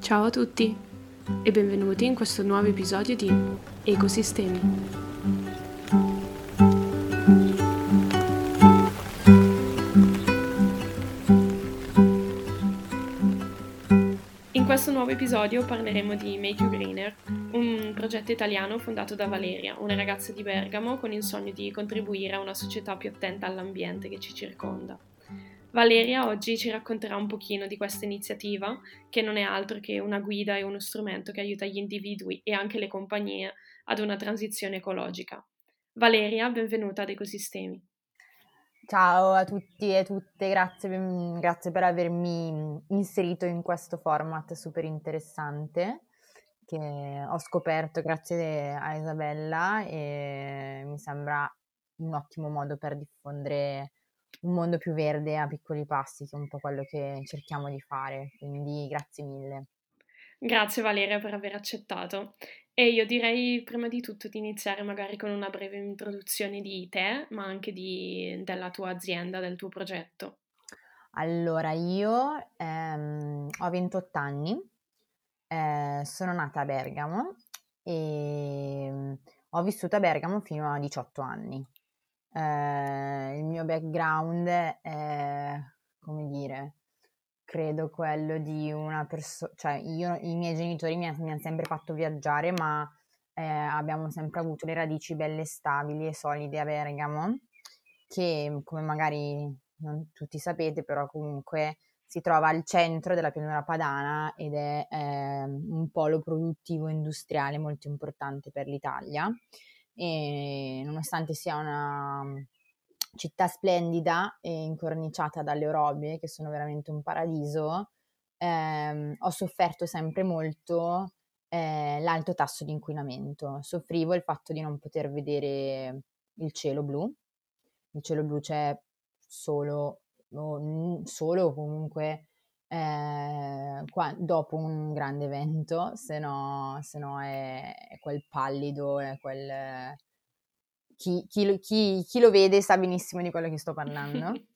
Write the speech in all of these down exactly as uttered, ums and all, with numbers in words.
Ciao a tutti e benvenuti in questo nuovo episodio di Ecosistemi. In questo nuovo episodio parleremo di Make You Greener, un progetto italiano fondato da Valeria, una ragazza di Bergamo con il sogno di contribuire a una società più attenta all'ambiente che ci circonda. Valeria oggi ci racconterà un pochino di questa iniziativa, che non è altro che una guida e uno strumento che aiuta gli individui e anche le compagnie ad una transizione ecologica. Valeria, benvenuta ad Ecosistemi. Ciao a tutti e tutte, grazie, grazie per avermi inserito in questo format super interessante che ho scoperto grazie a Isabella e mi sembra un ottimo modo per diffondere un mondo più verde a piccoli passi, che è un po' quello che cerchiamo di fare, quindi grazie mille. Grazie Valeria per aver accettato. E io direi prima di tutto di iniziare magari con una breve introduzione di te, ma anche di, della tua azienda, del tuo progetto. Allora, io ehm, ho ventotto anni, eh, sono nata a Bergamo e mm, ho vissuto a Bergamo fino a diciotto anni. Eh, il mio background è, come dire, credo quello di una persona, cioè io, i miei genitori mi, mi hanno sempre fatto viaggiare, ma eh, abbiamo sempre avuto le radici belle stabili e solide a Bergamo, che come magari non tutti sapete, però comunque si trova al centro della pianura padana ed è eh, un polo produttivo industriale molto importante per l'Italia. E nonostante sia una città splendida e incorniciata dalle orobie, che sono veramente un paradiso, ehm, ho sofferto sempre molto eh, l'alto tasso di inquinamento. Soffrivo il fatto di non poter vedere il cielo blu. Il cielo blu c'è solo, o, solo o comunque eh, qua, dopo un grande evento, se no, se no è, è quel pallido, è quel... Chi, chi, lo- chi- chi lo vede sa benissimo di quello che sto parlando.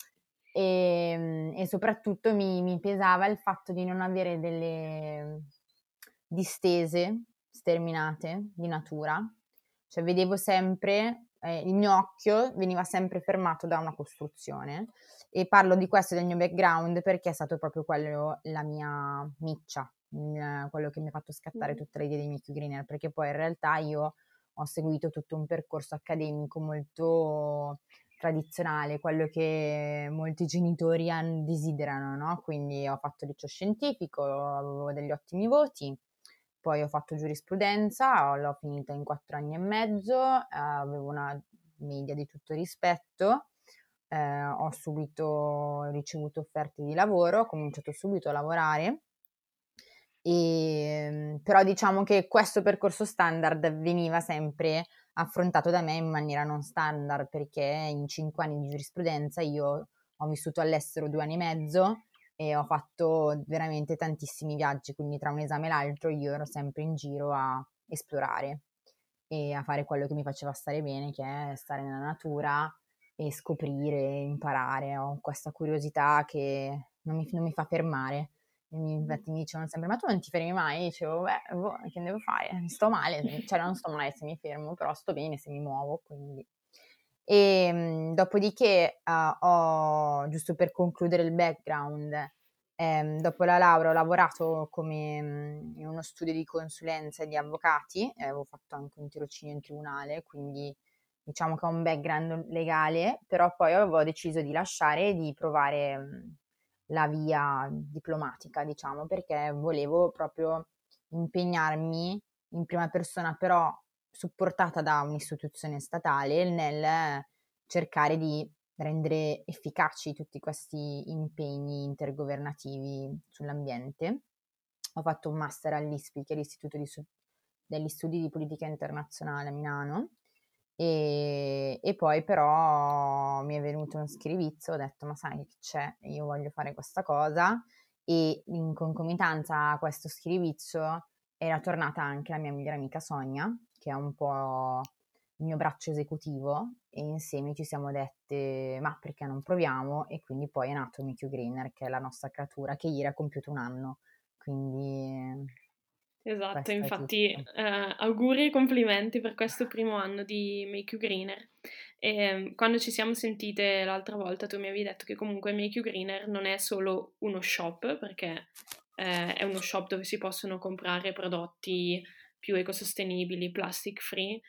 E, e soprattutto mi, mi pesava il fatto di non avere delle distese sterminate di natura, cioè vedevo sempre, eh, il mio occhio veniva sempre fermato da una costruzione e parlo di questo del mio background perché è stato proprio quello la mia miccia, il- quello che mi ha fatto scattare tutte le idee dei Mickey Greener, perché poi in realtà io ho seguito tutto un percorso accademico molto tradizionale, quello che molti genitori han- desiderano, no? Quindi ho fatto liceo scientifico, avevo degli ottimi voti, poi ho fatto giurisprudenza, l'ho finita in quattro anni e mezzo, eh, avevo una media di tutto rispetto, eh, ho subito ricevuto offerte di lavoro, ho cominciato subito a lavorare. E, però diciamo che questo percorso standard veniva sempre affrontato da me in maniera non standard, perché in cinque anni di giurisprudenza io ho vissuto all'estero due anni e mezzo e ho fatto veramente tantissimi viaggi, quindi tra un esame e l'altro io ero sempre in giro a esplorare e a fare quello che mi faceva stare bene, che è stare nella natura e scoprire, imparare. Ho questa curiosità che non mi, non mi fa fermare. E mi, infatti mi dicevano sempre, ma tu non ti fermi mai? E dicevo, beh, boh, che devo fare? Sto male, se mi- cioè non sto male se mi fermo, però sto bene se mi muovo, quindi... E mh, dopodiché uh, ho, giusto per concludere il background, ehm, dopo la laurea ho lavorato come mh, in uno studio di consulenza di avvocati, e avevo fatto anche un tirocinio in tribunale, quindi diciamo che ho un background legale, però poi avevo deciso di lasciare e di provare mh, la via diplomatica, diciamo, perché volevo proprio impegnarmi in prima persona, però supportata da un'istituzione statale nel cercare di rendere efficaci tutti questi impegni intergovernativi sull'ambiente. Ho fatto un master all'I S P I, che è l'Istituto di Stu- degli Studi di Politica Internazionale a Milano, e, e poi però mi è venuto uno schiribizzo, ho detto ma sai che c'è, io voglio fare questa cosa e in concomitanza a questo schiribizzo era tornata anche la mia migliore amica Sonia, che è un po' il mio braccio esecutivo e insieme ci siamo dette ma perché non proviamo, e quindi poi è nato Make You Greener, che è la nostra creatura che ieri ha compiuto un anno. quindi Esatto, questo è infatti tutto. eh, auguri e complimenti per questo primo anno di Make You Greener. E, quando ci siamo sentite l'altra volta tu mi avevi detto che comunque Make You Greener non è solo uno shop, perché eh, è uno shop dove si possono comprare prodotti più ecosostenibili, plastic free,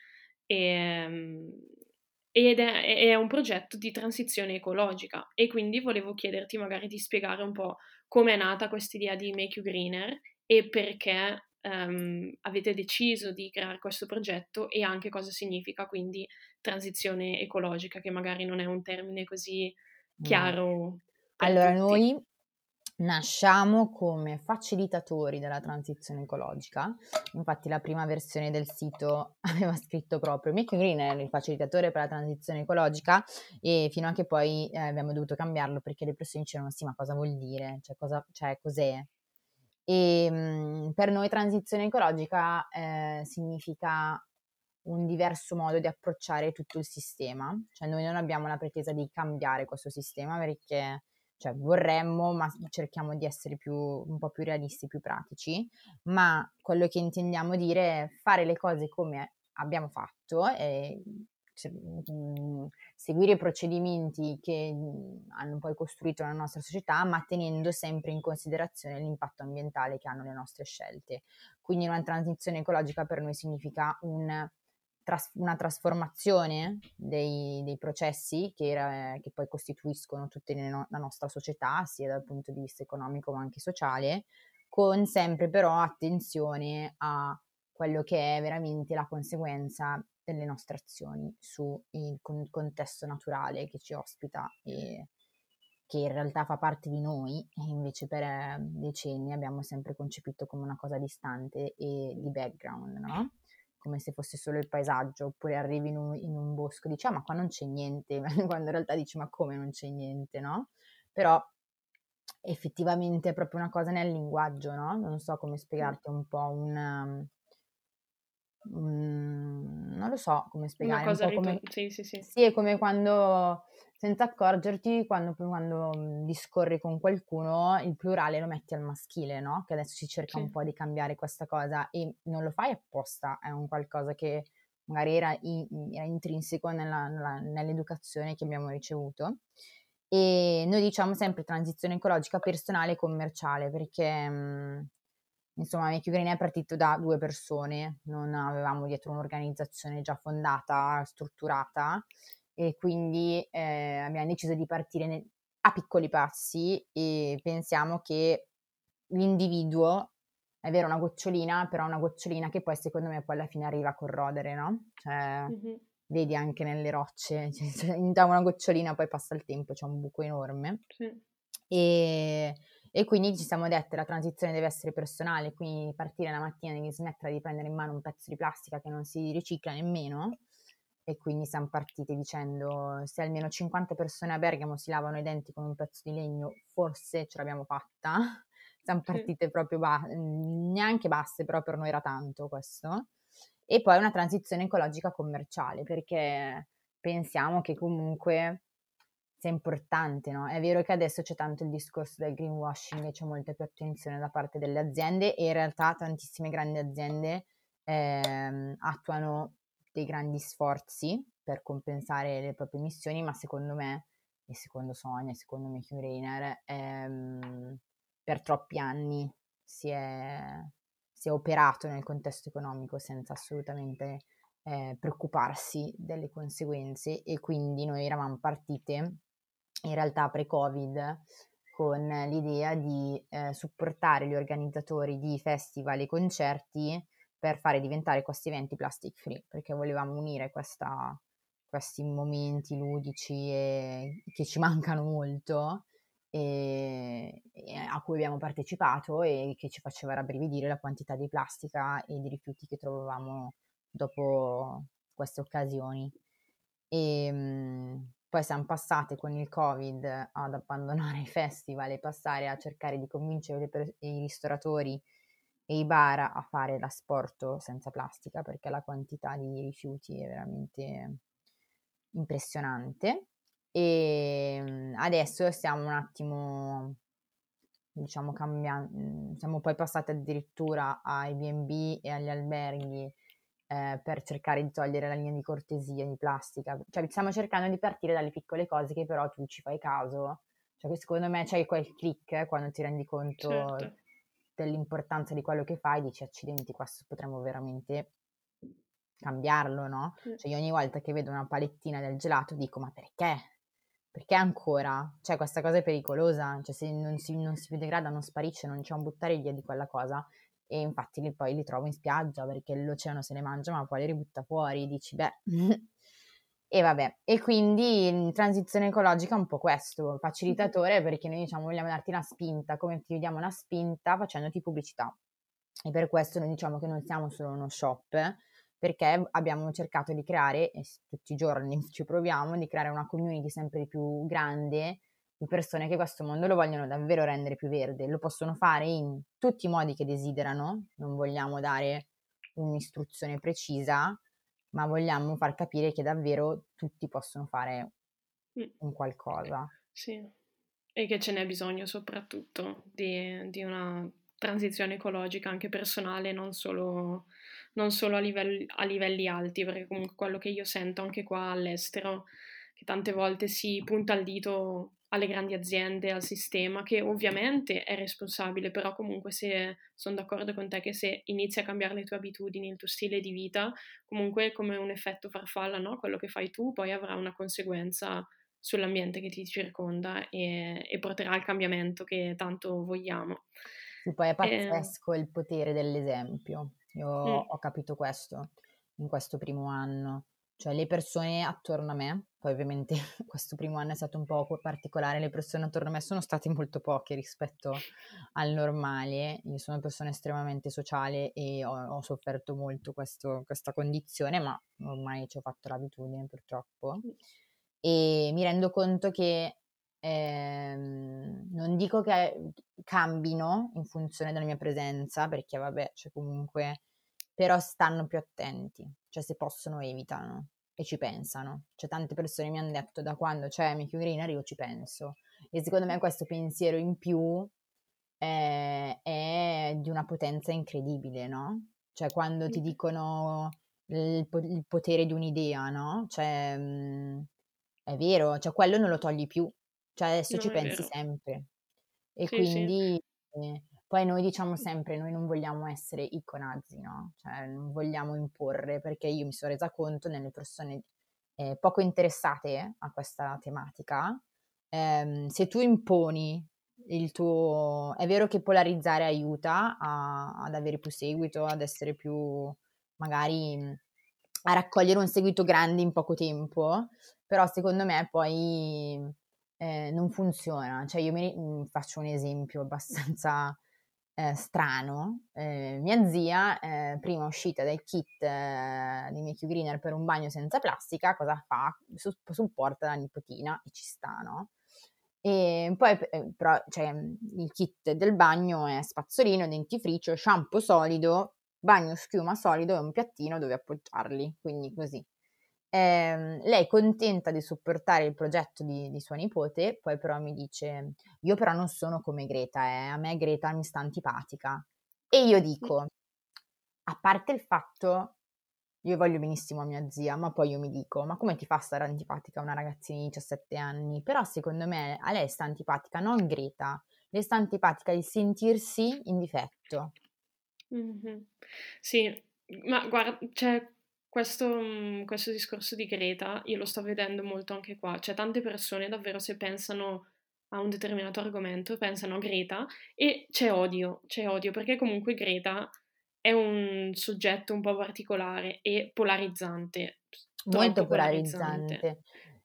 e, ed è, è un progetto di transizione ecologica, e quindi volevo chiederti magari di spiegare un po' come è nata questa idea di Make You Greener e perché ehm, avete deciso di creare questo progetto, e anche cosa significa quindi transizione ecologica, che magari non è un termine così No. chiaro per Allora, tutti. noi nasciamo come facilitatori della transizione ecologica. Infatti la prima versione del sito aveva scritto proprio Make You Green è il facilitatore per la transizione ecologica, e fino a che poi eh, abbiamo dovuto cambiarlo perché le persone dicevano sì, ma cosa vuol dire? Cioè, cosa, cioè cos'è? E mh, per noi transizione ecologica eh, significa un diverso modo di approcciare tutto il sistema, cioè noi non abbiamo la pretesa di cambiare questo sistema perché cioè, vorremmo, ma cerchiamo di essere più, un po' più realisti, più pratici, ma quello che intendiamo dire è fare le cose come abbiamo fatto e cioè, mh, seguire i procedimenti che mh, hanno poi costruito la nostra società, ma tenendo sempre in considerazione l'impatto ambientale che hanno le nostre scelte. Quindi una transizione ecologica per noi significa un tras- una trasformazione dei, dei processi che, era- che poi costituiscono tutta le no- la nostra società, sia dal punto di vista economico ma anche sociale, con sempre però attenzione a quello che è veramente la conseguenza delle nostre azioni sul con- contesto naturale che ci ospita e che in realtà fa parte di noi, e invece per eh, decenni abbiamo sempre concepito come una cosa distante e di background, no? Come se fosse solo il paesaggio, oppure arrivi in un, in un bosco e dici ah ma qua non c'è niente, quando in realtà dici ma come non c'è niente, no? Però effettivamente è proprio una cosa nel linguaggio, no? Non so come spiegarti un po' un... um, un- non lo so come Una spiegare, un cosa po' ritorn- come... sì, sì, sì, Sì, è come quando, senza accorgerti, quando, quando mm, discorri con qualcuno, il plurale lo metti al maschile, no? Che adesso si cerca un sì. po' di cambiare questa cosa e non lo fai apposta, è un qualcosa che magari era, in- era intrinseco nella- nella- nell'educazione che abbiamo ricevuto. E noi diciamo sempre transizione ecologica personale e commerciale, perché mh, insomma Make You Green è partito da due persone, non avevamo dietro un'organizzazione già fondata, strutturata, e quindi eh, abbiamo deciso di partire ne- a piccoli passi, e pensiamo che l'individuo è vero una gocciolina, però una gocciolina che poi secondo me poi alla fine arriva a corrodere, no? Cioè Mhm. vedi anche nelle rocce, cioè, se iniziamo una gocciolina, poi passa il tempo, c'è un buco enorme. Sì. E, e quindi ci siamo dette la transizione deve essere personale, quindi partire la mattina devi smettere di prendere in mano un pezzo di plastica che non si ricicla nemmeno, e quindi siamo partite dicendo se almeno cinquanta persone a Bergamo si lavano i denti con un pezzo di legno, forse ce l'abbiamo fatta. Siamo Sì. partite proprio ba- neanche basse, però per noi era tanto questo. E poi una transizione ecologica commerciale, perché pensiamo che comunque sia importante, no? È vero che adesso c'è tanto il discorso del greenwashing e c'è molta più attenzione da parte delle aziende, e in realtà tantissime grandi aziende ehm, attuano dei grandi sforzi per compensare le proprie emissioni, ma secondo me, e secondo Sonia, e secondo Make You Greener, ehm, per troppi anni si è, si è operato nel contesto economico senza assolutamente eh, preoccuparsi delle conseguenze, e quindi noi eravamo partite in realtà pre-Covid con l'idea di eh, supportare gli organizzatori di festival e concerti per fare diventare questi eventi plastic free, perché volevamo unire questa, questi momenti ludici e, che ci mancano molto, e, e a cui abbiamo partecipato, e che ci faceva rabbrividire la quantità di plastica e di rifiuti che trovavamo dopo queste occasioni. E mh, poi siamo passate con il Covid ad abbandonare i festival e passare a cercare di convincere le per- i ristoratori e i bar a fare l'asporto senza plastica, perché la quantità di rifiuti è veramente impressionante. E mh, adesso stiamo un attimo diciamo cambiando, siamo poi passati addirittura ai B and B e agli alberghi eh, per cercare di togliere la linea di cortesia di plastica. Cioè stiamo cercando di partire dalle piccole cose che però tu ci fai caso. Cioè, secondo me c'è quel click eh, quando ti rendi conto certo. dell'importanza di quello che fai, dici accidenti, questo potremmo veramente cambiarlo, no? Sì. Cioè io ogni volta che vedo una palettina del gelato dico ma perché? Perché ancora? Cioè questa cosa è pericolosa, cioè se non si, non si biodegrada, non sparisce, non c'è un buttare via di quella cosa e infatti li, poi li trovo in spiaggia perché l'oceano se ne mangia ma poi li ributta fuori, dici beh... E vabbè, e quindi in transizione ecologica è un po' questo, facilitatore perché noi diciamo vogliamo darti una spinta, come ti diamo una spinta facendoti pubblicità. E per questo noi diciamo che non siamo solo uno shop, perché abbiamo cercato di creare, e tutti i giorni ci proviamo, di creare una community sempre più grande di persone che questo mondo lo vogliono davvero rendere più verde. Lo possono fare in tutti i modi che desiderano, non vogliamo dare un'istruzione precisa, ma vogliamo far capire che davvero tutti possono fare Mm. un qualcosa. Sì, e che ce n'è bisogno soprattutto di, di una transizione ecologica anche personale, non solo, non solo a livelli, a livelli alti, perché comunque quello che io sento anche qua all'estero, che tante volte si punta il dito alle grandi aziende, al sistema, che ovviamente è responsabile, però comunque se sono d'accordo con te che se inizi a cambiare le tue abitudini, il tuo stile di vita, comunque è come un effetto farfalla, no? Quello che fai tu poi avrà una conseguenza sull'ambiente che ti circonda e, e porterà al cambiamento che tanto vogliamo. Sì, poi è E, pazzesco il potere dell'esempio. Io mm, ho capito questo in questo primo anno. Cioè le persone attorno a me, poi ovviamente questo primo anno è stato un po' particolare, le persone attorno a me sono state molto poche rispetto al normale. Io sono una persona estremamente sociale e ho, ho sofferto molto questo- questa condizione, ma ormai ci ho fatto l'abitudine purtroppo. E mi rendo conto che ehm, non dico che cambino in funzione della mia presenza, perché vabbè, cioè comunque, però stanno più attenti, cioè se possono evitano e ci pensano. Cioè tante persone mi hanno detto da quando c'è Make You Greener io ci penso e secondo me questo pensiero in più eh, è di una potenza incredibile, no? Cioè quando ti dicono il, po- il potere di un'idea, no? Cioè mh, è vero, cioè quello non lo togli più, cioè adesso ci no, è pensi vero. sempre. E Sì, sì. quindi eh, poi noi diciamo sempre, noi non vogliamo essere iconazzi, no? Cioè non vogliamo imporre, perché io mi sono resa conto nelle persone eh, poco interessate a questa tematica, ehm, se tu imponi il tuo... È vero che polarizzare aiuta a- ad avere più seguito, ad essere più, magari, mh, a raccogliere un seguito grande in poco tempo, però secondo me poi eh, non funziona. Cioè io mi, mh, faccio un esempio abbastanza eh, strano. Eh, mia zia, eh, prima uscita dal kit eh, di Make You Greener per un bagno senza plastica, cosa fa? Su- supporta la nipotina e ci sta, no? E poi eh, però cioè, il kit del bagno è spazzolino, dentifricio, shampoo solido, bagno schiuma solido e un piattino dove appoggiarli, quindi così. Ehm, lei è contenta di supportare il progetto di, di sua nipote, poi però mi dice, io però non sono come Greta, eh, a me Greta mi sta antipatica. E io dico, a parte il fatto, io voglio benissimo a mia zia, ma poi io mi dico, ma come ti fa a stare antipatica una ragazzina di diciassette anni? Però secondo me a lei sta antipatica non Greta, le sta antipatica il sentirsi in difetto. Mhm. Sì, ma guarda, c'è questo, mm, questo discorso di Greta, io lo sto vedendo molto anche qua, cioè tante persone davvero se pensano a un determinato argomento, pensano a Greta e c'è odio, c'è odio perché comunque Greta è un soggetto un po' particolare e polarizzante, Molto troppo polarizzante. polarizzante.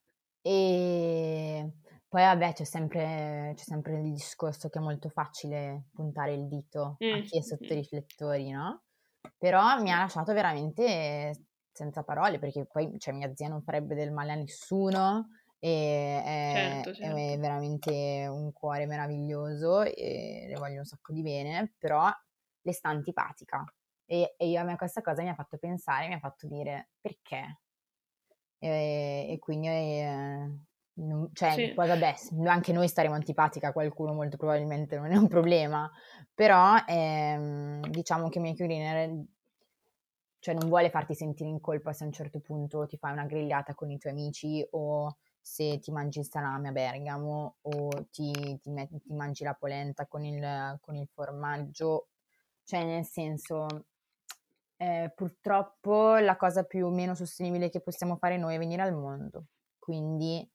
E poi vabbè c'è sempre, c'è sempre il discorso che è molto facile puntare il dito a Mm, chi è sotto i mhm, riflettori, no? Però mi ha sì, lasciato veramente senza parole, perché poi cioè, mia zia non farebbe del male a nessuno e è, certo, è certo. veramente un cuore meraviglioso e le voglio un sacco di bene, però le sta antipatica. E, e io, a me questa cosa mi ha fatto pensare, mi ha fatto dire perché? E, e quindi eh, Non- cioè, Sì, poi vabbè, s- anche noi staremo antipatica a qualcuno, molto probabilmente non è un problema, però ehm, diciamo che Make You Greener, cioè, non vuole farti sentire in colpa se a un certo punto ti fai una grigliata con i tuoi amici o se ti mangi il salame a Bergamo o ti, ti met- ti mangi la polenta con il, con il formaggio, cioè nel senso, eh, purtroppo la cosa più meno sostenibile che possiamo fare noi è venire al mondo, quindi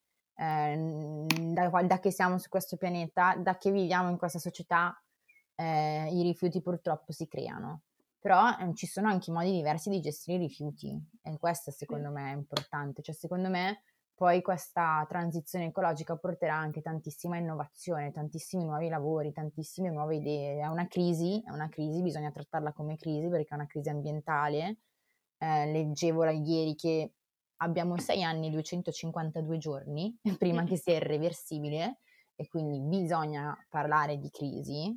eh, da, da che siamo su questo pianeta, da che viviamo in questa società, eh, i rifiuti purtroppo si creano. Però eh, ci sono anche modi diversi di gestire i rifiuti e questo sì, secondo me è importante. Cioè, secondo me poi questa transizione ecologica porterà anche tantissima innovazione, tantissimi nuovi lavori, tantissime nuove idee. È una crisi, è una crisi, bisogna trattarla come crisi perché è una crisi ambientale. Eh, leggevo ieri che abbiamo sei anni e duecentocinquantadue giorni prima che mm, sia irreversibile e quindi bisogna parlare di crisi,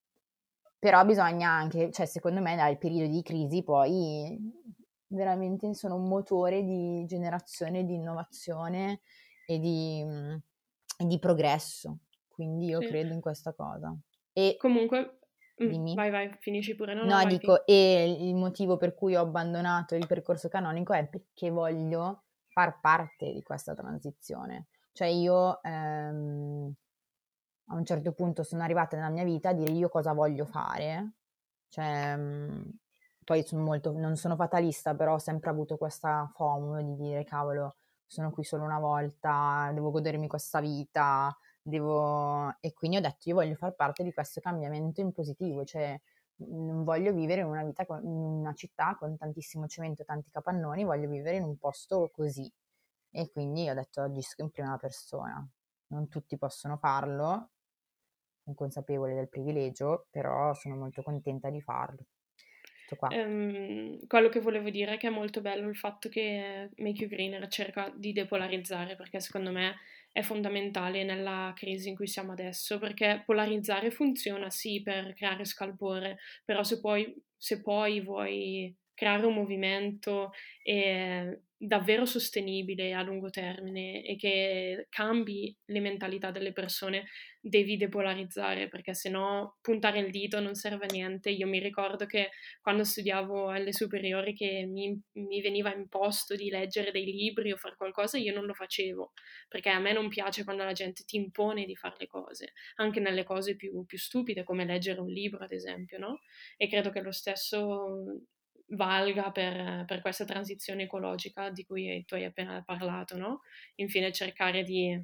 però bisogna anche, cioè secondo me dai periodi di crisi poi veramente sono un motore di generazione, di innovazione e di, mm, e di progresso, quindi io sì. credo in questa cosa. E Comunque, mm, dimmi. vai, vai, finisci pure. No, no, No, vai, fin- dico, e il motivo per cui ho abbandonato il percorso canonico è perché voglio far parte di questa transizione. Cioè io ehm, a un certo punto sono arrivata nella mia vita a dire io cosa voglio fare. Cioè, mh, poi sono molto, non sono fatalista, però ho sempre avuto questa FOMO di dire cavolo, sono qui solo una volta, devo godermi questa vita, devo... E quindi ho detto io voglio far parte di questo cambiamento in positivo, cioè non voglio vivere in una vita, con- in una città con tantissimo cemento, tanti capannoni, voglio vivere in un posto così. E quindi ho detto agisco in prima persona. Non tutti possono farlo, sono consapevole del privilegio, però sono molto contenta di farlo. Tutto qua. Ehm, quello che volevo dire è che è molto bello il fatto che Make You Greener cerca di depolarizzare, perché secondo me è fondamentale nella crisi in cui siamo adesso, perché polarizzare funziona sì per creare scalpore, però se poi, se poi vuoi creare un movimento eh, davvero sostenibile a lungo termine e che cambi le mentalità delle persone, devi depolarizzare, perché sennò puntare il dito non serve a niente. Io mi ricordo che quando studiavo alle superiori che mi, mi veniva imposto di leggere dei libri o fare qualcosa, io non lo facevo, perché a me non piace quando la gente ti impone di fare le cose, anche nelle cose più, più stupide, come leggere un libro, ad esempio, no? E credo che lo stesso valga per, per questa transizione ecologica di cui tu hai appena parlato, no? Infine cercare di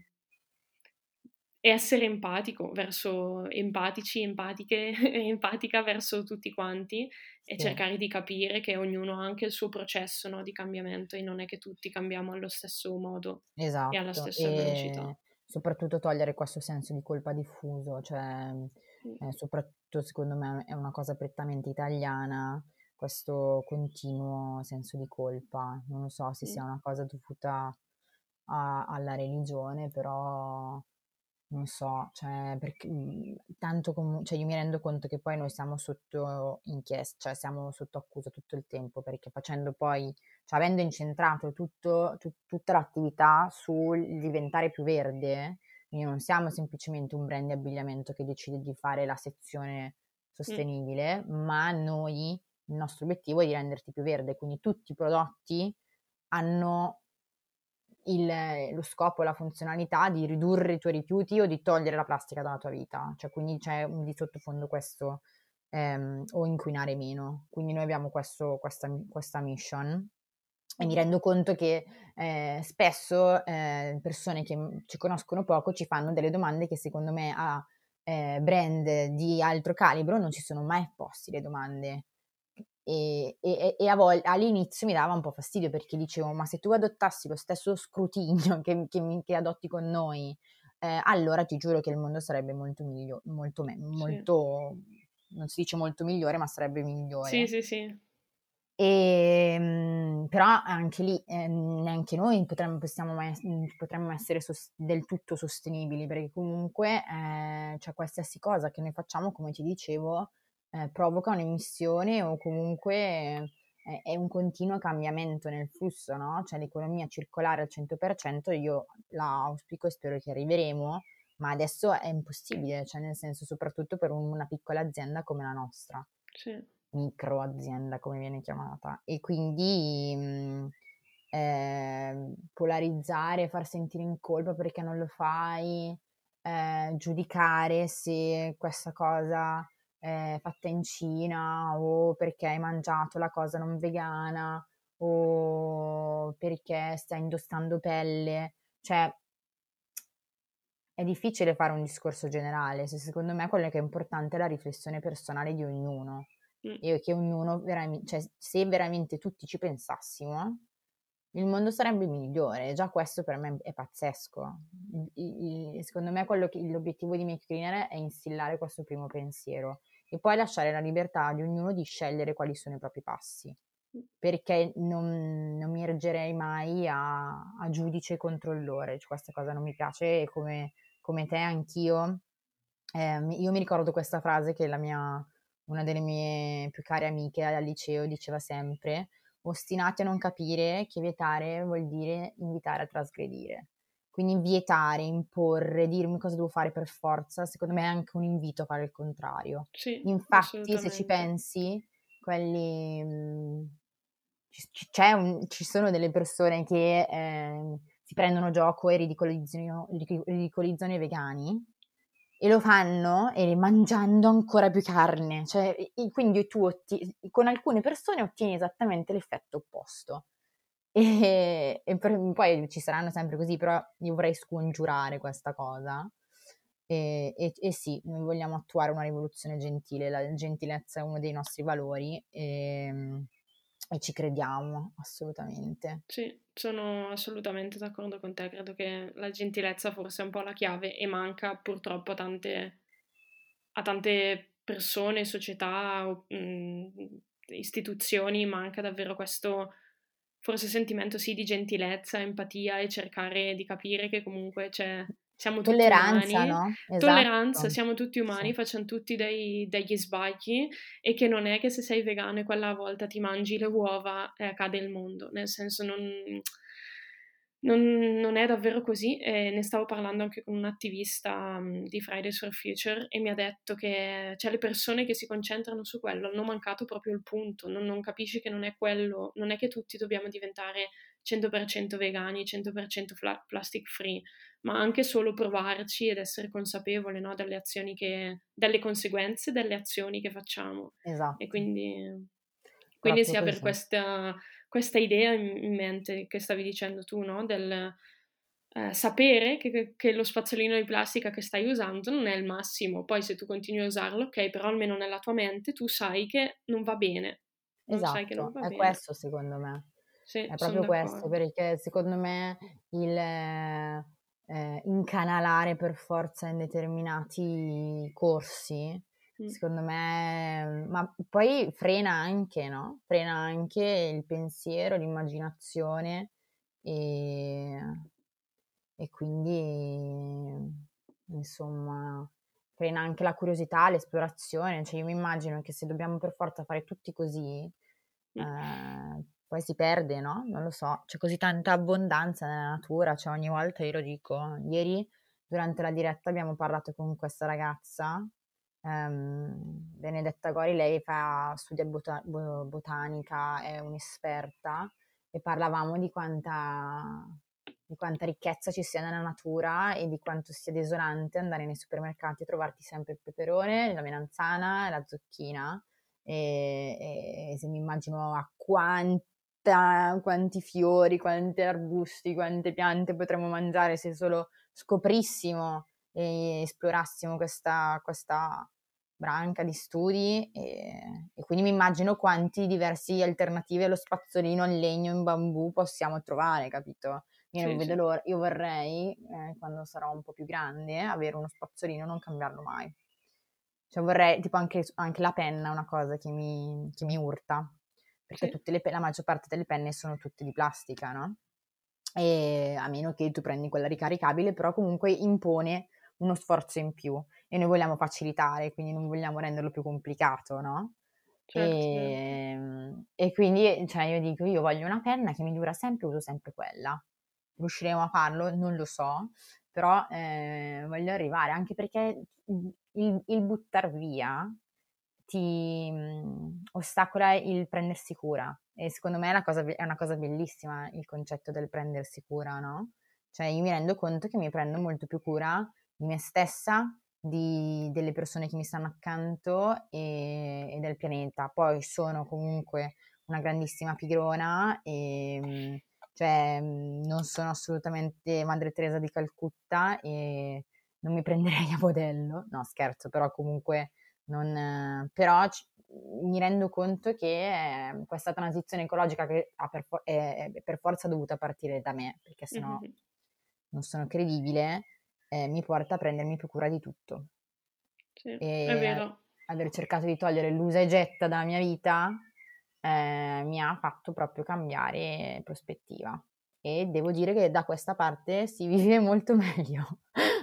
essere empatico verso empatici, empatiche, empatica verso tutti quanti e Sì, cercare di capire che ognuno ha anche il suo processo, no, di cambiamento e non è che tutti cambiamo allo stesso modo e alla esatto. stessa velocità. E soprattutto togliere questo senso di colpa diffuso, cioè Mm, eh, soprattutto secondo me è una cosa prettamente italiana, questo continuo senso di colpa. Non lo so se sia mm, una cosa dovuta a- alla religione, però non so, cioè, perché, mh, tanto comu- cioè io mi rendo conto che poi noi siamo sotto inchiesta, cioè siamo sotto accusa tutto il tempo, perché facendo poi, cioè avendo incentrato tutto, tu- tutta l'attività sul diventare più verde, quindi non siamo semplicemente un brand di abbigliamento che decide di fare la sezione mm, sostenibile, ma noi, il nostro obiettivo è di renderti più verde, quindi tutti i prodotti hanno il- lo scopo, la funzionalità di ridurre i tuoi rifiuti o di togliere la plastica dalla tua vita, cioè quindi c'è un di sottofondo questo, ehm, o inquinare meno. Quindi noi abbiamo questo- questa, questa mission e mi mm. rendo conto che eh, spesso eh, persone che m- ci conoscono poco ci fanno delle domande che secondo me a eh, brand di altro calibro non ci sono mai posti le domande. E, e- e a vol- all'inizio mi dava un po' fastidio perché dicevo, ma se tu adottassi lo stesso scrutinio che, che mi- che adotti con noi, eh, allora ti giuro che il mondo sarebbe molto migliore, molto, me- Sì, molto, non si dice molto migliore, ma sarebbe sì, migliore. sì, sì. E, però anche lì eh, neanche noi potremmo, possiamo mai- potremmo essere sos- del tutto sostenibili perché comunque eh, cioè qualsiasi cosa che noi facciamo, come ti dicevo, eh, provoca un'emissione o comunque è, è un continuo cambiamento nel flusso, no? Cioè l'economia circolare al cento per cento io la auspico e spero che arriveremo, ma adesso è impossibile, cioè nel senso soprattutto per un- una piccola azienda come la nostra, Sì, micro azienda come viene chiamata, e quindi mh, eh, polarizzare, far sentire in colpa perché non lo fai, eh, giudicare se questa cosa è fatta in Cina o perché hai mangiato la cosa non vegana o perché stai indossando pelle, cioè è difficile fare un discorso generale, se secondo me quello che è importante è la riflessione personale di ognuno. mm, E che ognuno veramente, cioè se veramente tutti ci pensassimo, il mondo sarebbe migliore. Già questo per me è pazzesco. I- i- secondo me quello che, l'obiettivo di Make Cleaner è instillare questo primo pensiero e poi lasciare la libertà di ognuno di scegliere quali sono i propri passi. Perché non, non mi ergerei mai a, a giudice e controllore, cioè, questa cosa non mi piace e come, come te anch'io. Eh, mi- io mi ricordo questa frase che la mia, una delle mie più care amiche al liceo diceva sempre: ostinati a non capire che vietare vuol dire invitare a trasgredire. Quindi vietare, imporre, dirmi cosa devo fare per forza, secondo me è anche un invito a fare il contrario. sì, Infatti, se ci assolutamente. pensi, quelli, mh, ci, ci- c'è un- ci sono delle persone che ehm, si prendono gioco e ridicolizzano, ridicolizzano i vegani e lo fanno e mangiando ancora più carne, cioè, e- quindi tu otti- con alcune persone ottieni esattamente l'effetto opposto. E, e per- poi ci saranno sempre così, però io vorrei scongiurare questa cosa. E, e- e sì, noi vogliamo attuare una rivoluzione gentile, la gentilezza è uno dei nostri valori e, e ci crediamo assolutamente. Sì, sono assolutamente d'accordo con te. Credo che la gentilezza forse è un po' la chiave e manca purtroppo a tante, a tante persone, società, o, mh, istituzioni, manca davvero questo forse sentimento sì di gentilezza, empatia e cercare di capire che comunque c'è, siamo tutti Tolleranza, umani, no? tolleranza, Esatto. siamo tutti Sì. umani, facciamo tutti dei- degli sbagli e che non è che se sei vegano e quella volta ti mangi le uova e accade il mondo, nel senso non, non, non è davvero così. E ne stavo parlando anche con un attivista mh, di Fridays for Future e mi ha detto che cioè, le persone che si concentrano su quello hanno mancato proprio il punto, non, non capisci che non è quello, non è che tutti dobbiamo diventare cento per cento vegani, cento per cento fla- plastic free, ma anche solo provarci ed essere consapevole, no, delle azioni che, delle conseguenze delle azioni che facciamo. E Esatto, quindi, quindi proprio sia per così. questa, questa idea in, in mente che stavi dicendo tu, no? Del eh, sapere che, che- che lo spazzolino di plastica che stai usando non è il massimo. Poi se tu continui a usarlo, ok, però almeno nella tua mente tu sai che non va bene. Non sai che non Esatto, va è bene. questo secondo me. Sì, È sono proprio questo, d'accordo. perché secondo me il eh, incanalare per forza in determinati corsi, Mm, secondo me, ma poi frena anche, no? Frena anche il pensiero, l'immaginazione e, e quindi, insomma, frena anche la curiosità, l'esplorazione. Cioè, io mi immagino che se dobbiamo per forza fare tutti così, mm. eh, poi si perde, no? Non lo so, c'è così tanta abbondanza nella natura, cioè ogni volta io lo dico. Ieri durante la diretta abbiamo parlato con questa ragazza, ehm, Benedetta Gori, lei fa, studia bota- bo- botanica, è un'esperta e parlavamo di quanta, di quanta ricchezza ci sia nella natura e di quanto sia desolante andare nei supermercati e trovarti sempre il peperone, la melanzana e la zucchina e, e se mi immagino a quanta, quanti fiori, quanti arbusti, quante piante potremmo mangiare se solo scoprissimo e esplorassimo questa, questa branca di studi e, e quindi mi immagino quanti diversi alternative allo spazzolino in legno, in bambù possiamo trovare, capito? Io non Sì, vedo sì, l'ora, io vorrei, eh, quando sarò un po' più grande, avere uno spazzolino e non cambiarlo mai. Cioè vorrei, tipo anche, anche la penna è una cosa che mi, che mi urta, perché sì, tutte le pe- la maggior parte delle penne sono tutte di plastica, no? E a meno che tu prendi quella ricaricabile, però comunque impone uno sforzo in più e noi vogliamo facilitare, quindi non vogliamo renderlo più complicato, no? Certo, certo. Ehm, e quindi, cioè io dico: "Io voglio una penna che mi dura sempre, uso sempre quella." Riusciremo a farlo? Non lo so, però, ehm, voglio arrivare, anche perché, mhmm, il il buttar via ti, mhmm, ostacola il prendersi cura, e secondo me è la cosa be è una cosa bellissima il concetto del prendersi cura, no, cioè io mi rendo conto che mi prendo molto più cura di me stessa, di delle persone che mi stanno accanto, e e del pianeta. Poi sono comunque una grandissima pigrona, ehm, cioè, mhmm, non sono assolutamente Madre Teresa di Calcutta e non mi prenderei a modello. No scherzo, però comunque non però c mi rendo conto che, ehm, questa transizione ecologica che ha per fo è è per forza dovuta partire da me, perché se no Mh-mh-mh. non sono credibile, ehm, mi porta a prendermi più cura di tutto. Sì, è E a vero. aver cercato di togliere l'usa e getta dalla mia vita, ehm, mi ha fatto proprio cambiare prospettiva. E devo dire che da questa parte si vive molto meglio.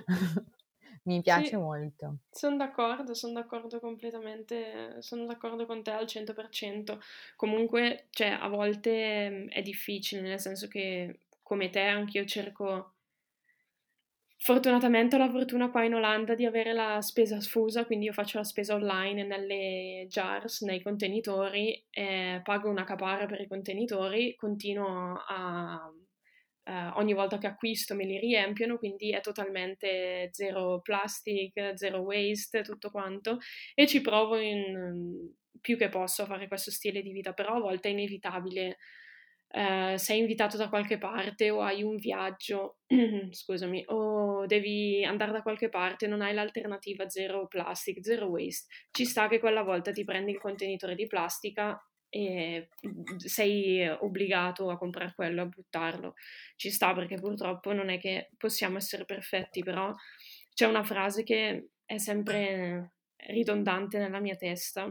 Mi piace Sì, molto. son d'accordo, son d'accordo completamente, sono d'accordo con te al cento per cento. Comunque, cioè a volte, mhmm, è difficile, nel senso che come te anch'io cerco fortunatamente ho la fortuna qua in Olanda di avere la spesa sfusa, quindi io faccio la spesa online nelle jars, nei contenitori, ehm, pago una caparra per i contenitori, continuo a ehm, ogni volta che acquisto me li riempiono, quindi è totalmente zero plastic, zero waste, tutto quanto, e ci provo in più che posso a fare questo stile di vita, però a volte è inevitabile. Ehm, sei invitato da qualche parte o hai un viaggio, scusami, o devi andare da qualche parte, non hai l'alternativa zero plastic, zero waste. Ci sta che quella volta ti prendi il contenitore di plastica e, mhmm, sei obbligato a comprar quello, a buttarlo. Ci sta perché purtroppo non è che possiamo essere perfetti, però c'è una frase che è sempre ridondante nella mia testa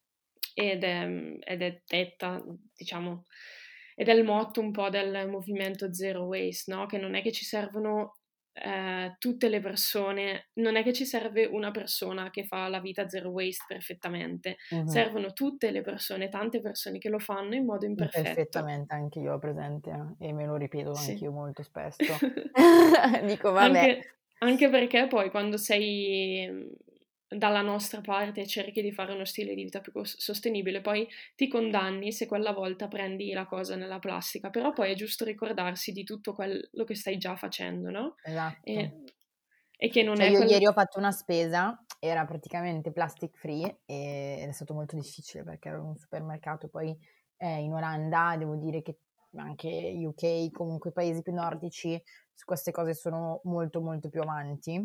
ed è mhmm, ed è detta, diciamo ed è il motto un po' del movimento Zero Waste, no, che non è che ci servono, ehm, tutte le persone, non è che ci serve una persona che fa la vita zero waste perfettamente, Mh-mh. servono tutte le persone, tante persone che lo fanno in modo imperfetto. Perfettamente, anch'io ho presente e me lo ripeto Sì. anch'io molto spesso. Dico: "Vabbè". Anche anche perché poi quando sei, mhmm, dalla nostra parte e cerchi di fare uno stile di vita più cos sostenibile, poi ti condanni se quella volta prendi la cosa nella plastica, però poi è giusto ricordarsi di tutto quello che stai già facendo, no, Esatto. e e che non Cioè è io quel ieri ho fatto una spesa, era praticamente plastic free, ehm, ed è stato molto difficile perché ero in un supermercato, poi, ehm, in Olanda devo dire che anche U K, comunque i paesi più nordici, su queste cose sono molto, molto più avanti,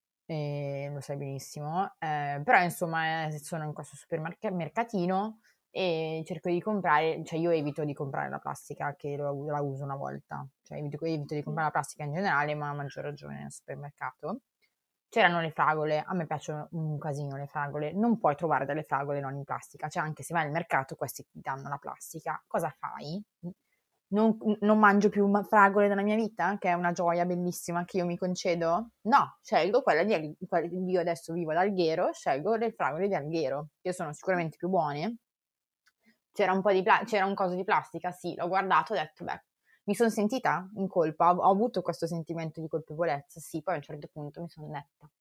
ehm, lo sai benissimo. Ehm, però insomma, ehm, sono in questo supermarche mercatino e cerco di comprare, cioè io evito di comprare la plastica che lo u la uso una volta, cioè evito evito di mh, comprare la plastica in generale, ma a maggior ragione nel supermercato. C'erano le fragole, a me piacciono un casino le fragole, non puoi trovare delle fragole non in plastica, cioè anche se vai al mercato questi ti danno la plastica. Cosa fai? N non n non mangio più ma fragole nella mia vita, che è una gioia bellissima che io mi concedo? No, scelgo quella di Al quelle io adesso vivo ad Alghero, scelgo le fragole di Alghero, che sono sicuramente più buone. C'era un po' di pla c'era un coso di plastica? Sì, l'ho guardato, ho detto: "Beh", mi son sentita in colpa, ho ho avuto questo sentimento di colpevolezza, sì, poi a un certo punto mi son detta: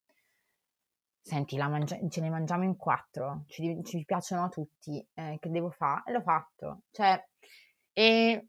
"Senti, la mangia ce ne mangiamo in quattro, ci di ci piacciono a tutti, ehm, che devo fa?" E l'ho fatto. Cioè, ehm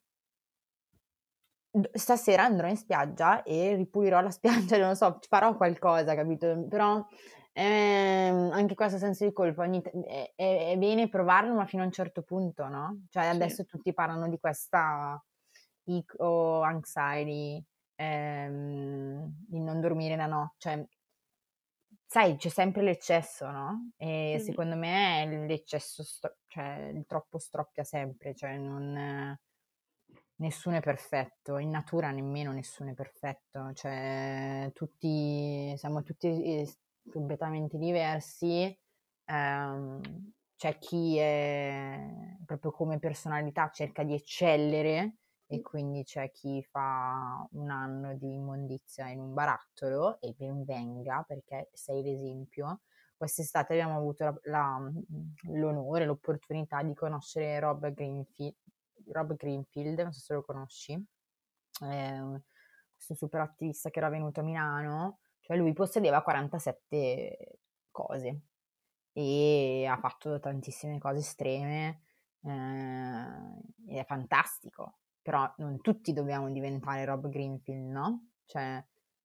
d stasera andrò in spiaggia e ripulirò la spiaggia, non lo so, farò qualcosa, capito, però, ehm, anche questo senso di colpa ogni t è è è bene provarlo, ma fino a un certo punto, no, cioè sì, adesso tutti parlano di questa eco anxiety, ehm, di non dormire la no cioè sai, c'è sempre l'eccesso, no, e mh-mh, secondo me l'eccesso sto cioè il troppo stroppia sempre, cioè non nessuno è perfetto, in natura nemmeno nessuno è perfetto, cioè tutti siamo tutti es completamente diversi, ehm, c'è chi è proprio come personalità cerca di eccellere e mh, quindi c'è chi fa un anno di immondizia in un barattolo e ben venga perché sei l'esempio, quest'estate abbiamo avuto la- la- l'onore, l'opportunità di conoscere Rob Greenfield, Rob Greenfield, non so se lo conosci, è un- questo super attivista che era venuto a Milano, cioè lui possedeva quarantasette cose e ha fatto tantissime cose estreme, eh, ed è fantastico, però non tutti dobbiamo diventare Rob Greenfield, no? Cioè,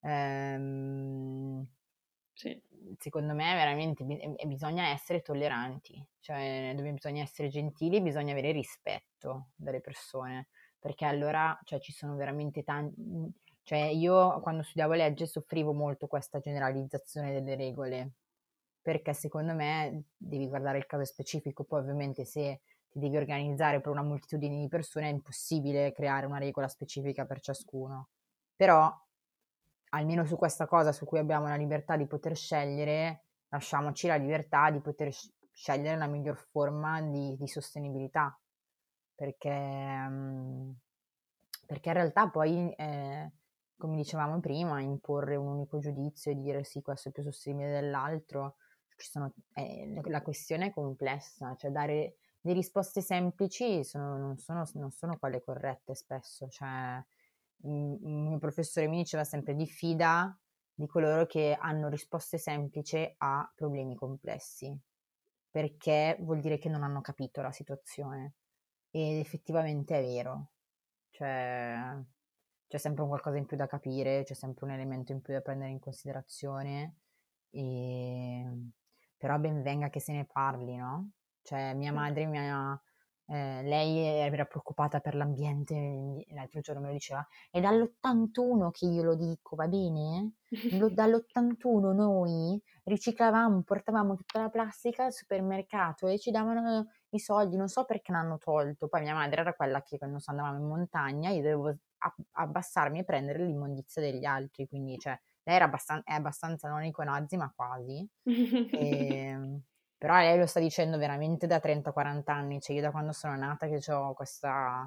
ehm, Sì. secondo me veramente bi- e- bisogna essere tolleranti, cioè dove bisogna essere gentili, bisogna avere rispetto delle persone, perché allora, cioè, ci sono veramente tanti, cioè io quando studiavo legge soffrivo molto questa generalizzazione delle regole, perché secondo me devi guardare il caso specifico, poi ovviamente se ti devi organizzare per una moltitudine di persone è impossibile creare una regola specifica per ciascuno, però almeno su questa cosa su cui abbiamo la libertà di poter scegliere, lasciamoci la libertà di poter sc- scegliere la miglior forma di, di sostenibilità, perché, mm, perché in realtà poi, eh, come dicevamo prima, imporre un unico giudizio e dire sì, questo è più sostenibile dell'altro, ci sono, eh, la questione è complessa, cioè dare le risposte semplici sono- non sono, non sono quelle corrette spesso, cioè il mio professore mi diceva sempre diffida di coloro che hanno risposte semplici a problemi complessi, perché vuol dire che non hanno capito la situazione. Ed effettivamente è vero, cioè c'è sempre un qualcosa in più da capire, c'è sempre un elemento in più da prendere in considerazione, e... però ben venga che se ne parli, no? Cioè mia madre mi ha... eh, lei era preoccupata per l'ambiente, l'altro giorno me lo diceva, è dall'ottantuno che io lo dico, va bene? Lo- dall'ottantuno noi riciclavamo, portavamo tutta la plastica al supermercato e ci davano i soldi, non so perché l'hanno tolto. Poi mia madre era quella che quando andavamo in montagna io dovevo a- abbassarmi e prendere l'immondizia degli altri, quindi cioè lei era abbastan- è abbastanza non econazi, ma quasi. E, però lei lo sta dicendo veramente da trenta quaranta anni, cioè io da quando sono nata che ho questa...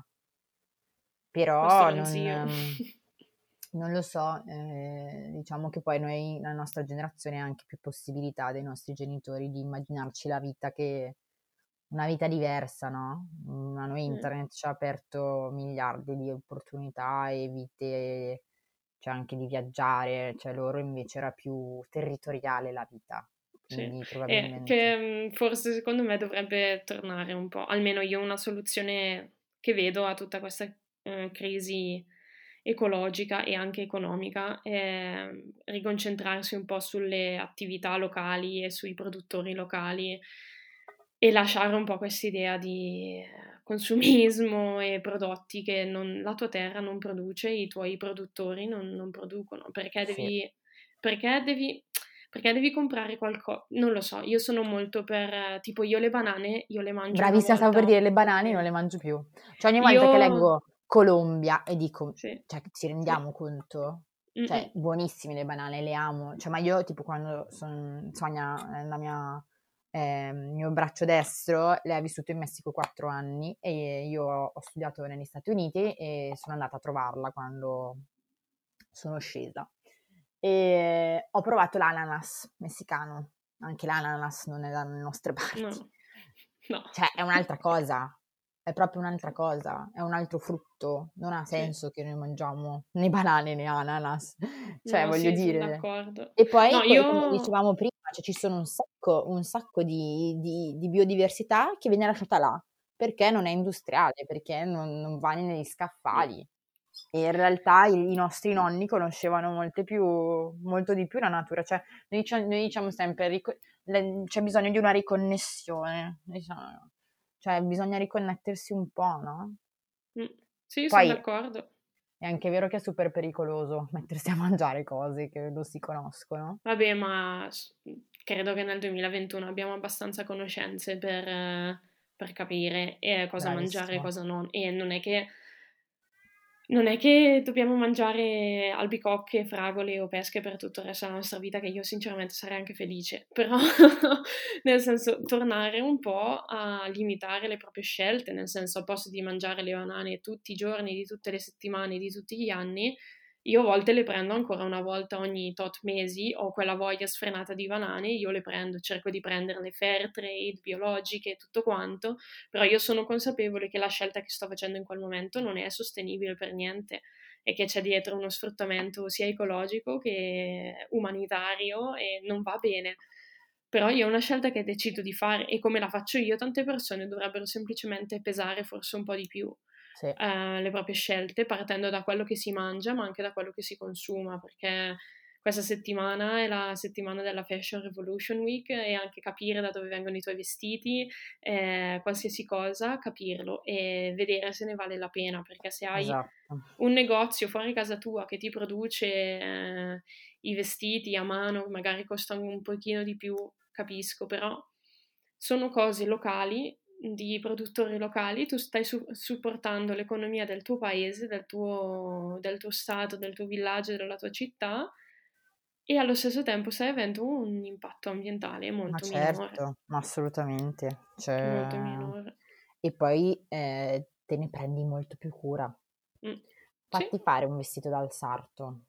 Questo Però non, ronzio. ehm, non lo so, eh, diciamo che poi noi, la nostra generazione, ha anche più possibilità dei nostri genitori di immaginarci la vita che una vita diversa, no? Mm, A noi Mm, internet ci ha aperto miliardi di opportunità e vite, cioè anche di viaggiare, cioè loro invece era più territoriale la vita, sì, quindi e probabilmente che mm, forse secondo me dovrebbe tornare un po', almeno io una soluzione che vedo a tutta questa eh, crisi ecologica e anche economica è riconcentrarsi un po' sulle attività locali e sui produttori locali e lasciare un po' quest'idea di eh, consumismo e prodotti che non- la tua terra non produce, i tuoi produttori non, non producono, perché sì. devi, perché devi, perché devi comprare qualcosa, non lo so, io sono molto per, eh, tipo io le banane, io le mangio una Bravissima, stavo per volta dire le al banane non le mese. mangio più. Cioè ogni Io, volta che leggo Colombia e dico, sì, cioè ci sì, rendiamo conto? Cioè mm-mm, buonissime le banane, le amo. Cioè ma io tipo quando son, Sonia, eh, la mia, eh, il mio braccio destro, lei ha vissuto in Messico quattro anni e io ho studiato negli Stati Uniti e sono andata a trovarla quando sono scesa. E ho provato l'ananas messicano, anche l'ananas non è dalle nostre parti. no, no, Cioè, è un'altra cosa, è proprio un'altra sì, cosa, è un altro frutto. Non ha sì. senso che noi mangiamo né banane né ananas. Cioè, No, voglio sì, son dire. d'accordo. E poi, No, co- come io dicevamo prima, cioè, ci sono un sacco, un sacco di, di- di biodiversità che viene lasciata là, perché non è industriale, perché non, non va negli mh, scaffali. E in realtà i, i nostri nonni conoscevano molte più, molto di più la natura. Cioè, noi, dicia- noi diciamo sempre, rico- le- c'è bisogno di una riconnessione, diciamo. Cioè bisogna riconnettersi un po', no? mh, sì, son Poi d'accordo. è anche vero che è super pericoloso mettersi a mangiare cose che non si conoscono. Vabbè, ma s credo che nel duemilaventuno abbiamo abbastanza conoscenze per eh, per capire, ehm, cosa mangiare e Bravissimo. cosa non. E non è che non è che dobbiamo mangiare albicocche, fragole o pesche per tutto il resto della nostra vita, che io sinceramente sarei anche felice, però nel senso tornare un po' a limitare le proprie scelte, nel senso al posto di mangiare le banane tutti i giorni, di tutte le settimane, di tutti gli anni, io a volte le prendo ancora una volta ogni tot mesi, ho quella voglia sfrenata di banane, io le prendo, cerco di prenderle fair trade, biologiche, tutto quanto, però io sono consapevole che la scelta che sto facendo in quel momento non è sostenibile per niente e che c'è dietro uno sfruttamento sia ecologico che umanitario e non va bene. Però io è una scelta che decido di fare e come la faccio io, tante persone dovrebbero semplicemente pesare forse un po' di più Sì, eh, le proprie scelte, partendo da quello che si mangia, ma anche da quello che si consuma, perché questa settimana è la settimana della Fashion Revolution Week e anche capire da dove vengono i tuoi vestiti, eh, qualsiasi cosa, capirlo e vedere se ne vale la pena, perché se hai esatto. un negozio fuori casa tua che ti produce eh, i vestiti a mano, magari costano un pochino di più, capisco, però sono cose locali, di produttori locali, tu stai su- supportando l'economia del tuo paese, del tuo, del tuo stato, del tuo villaggio, della tua città e allo stesso tempo stai avendo un impatto ambientale Ma molto minore, certo, ma assolutamente. molto Cioè, minore. e poi eh, te ne prendi molto più cura. Mm. Sì? Fatti fare un vestito dal sarto.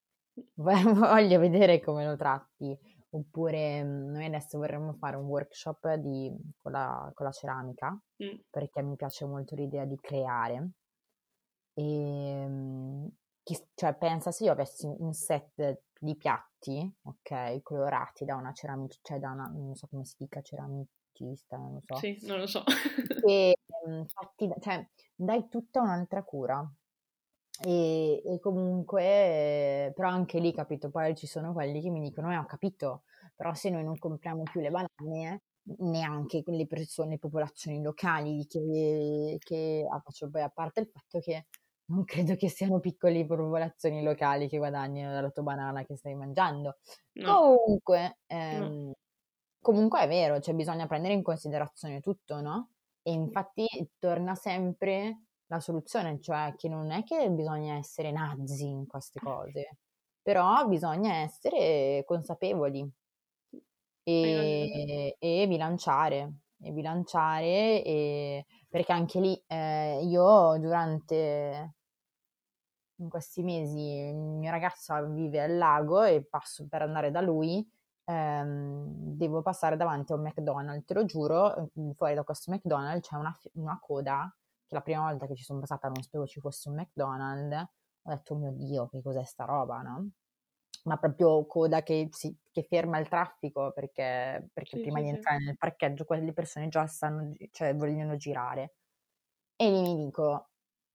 Voglio vedere come lo tratti. Oppure mm, noi adesso vorremmo fare un workshop di- con la, con la ceramica, Mm. perché mi piace molto l'idea di creare. E, mm, chi- cioè, pensa se io avessi un set di piatti, ok, colorati da una ceramica, cioè da una, non so come si dica, ceramicista, non lo so, Sì, non lo so. che mm, fatti, da- cioè, dai tutta un'altra cura. E, e comunque, eh, però anche lì, capito, poi ci sono quelli che mi dicono, eh, ho capito, però se noi non compriamo più le banane, neanche le persone, le popolazioni locali che, che ah, faccio poi a parte il fatto che non credo che siano piccole popolazioni locali che guadagnino dalla tua banana che stai mangiando. No, Comunque, no. ehm, comunque è vero, cioè bisogna prendere in considerazione tutto, no? E infatti torna sempre la soluzione, cioè che non è che bisogna essere nazi in queste cose, però bisogna essere consapevoli Hai ragione. e, e bilanciare, e bilanciare e- perché anche lì eh, io durante in questi mesi il mio ragazzo vive al lago e passo per andare da lui, ehm, devo passare davanti a un McDonald's, te lo giuro, eh, fuori da questo McDonald's c'è una, fi- una coda, che la prima volta che ci sono passata non sapevo ci fosse un McDonald's, ho detto, oh mio Dio, che cos'è sta roba, no? Ma proprio coda che, si- che ferma il traffico perché, perché Sì, prima sì, di sì. entrare nel parcheggio quelle persone già stanno, gi- cioè vogliono girare. E lì mi dico,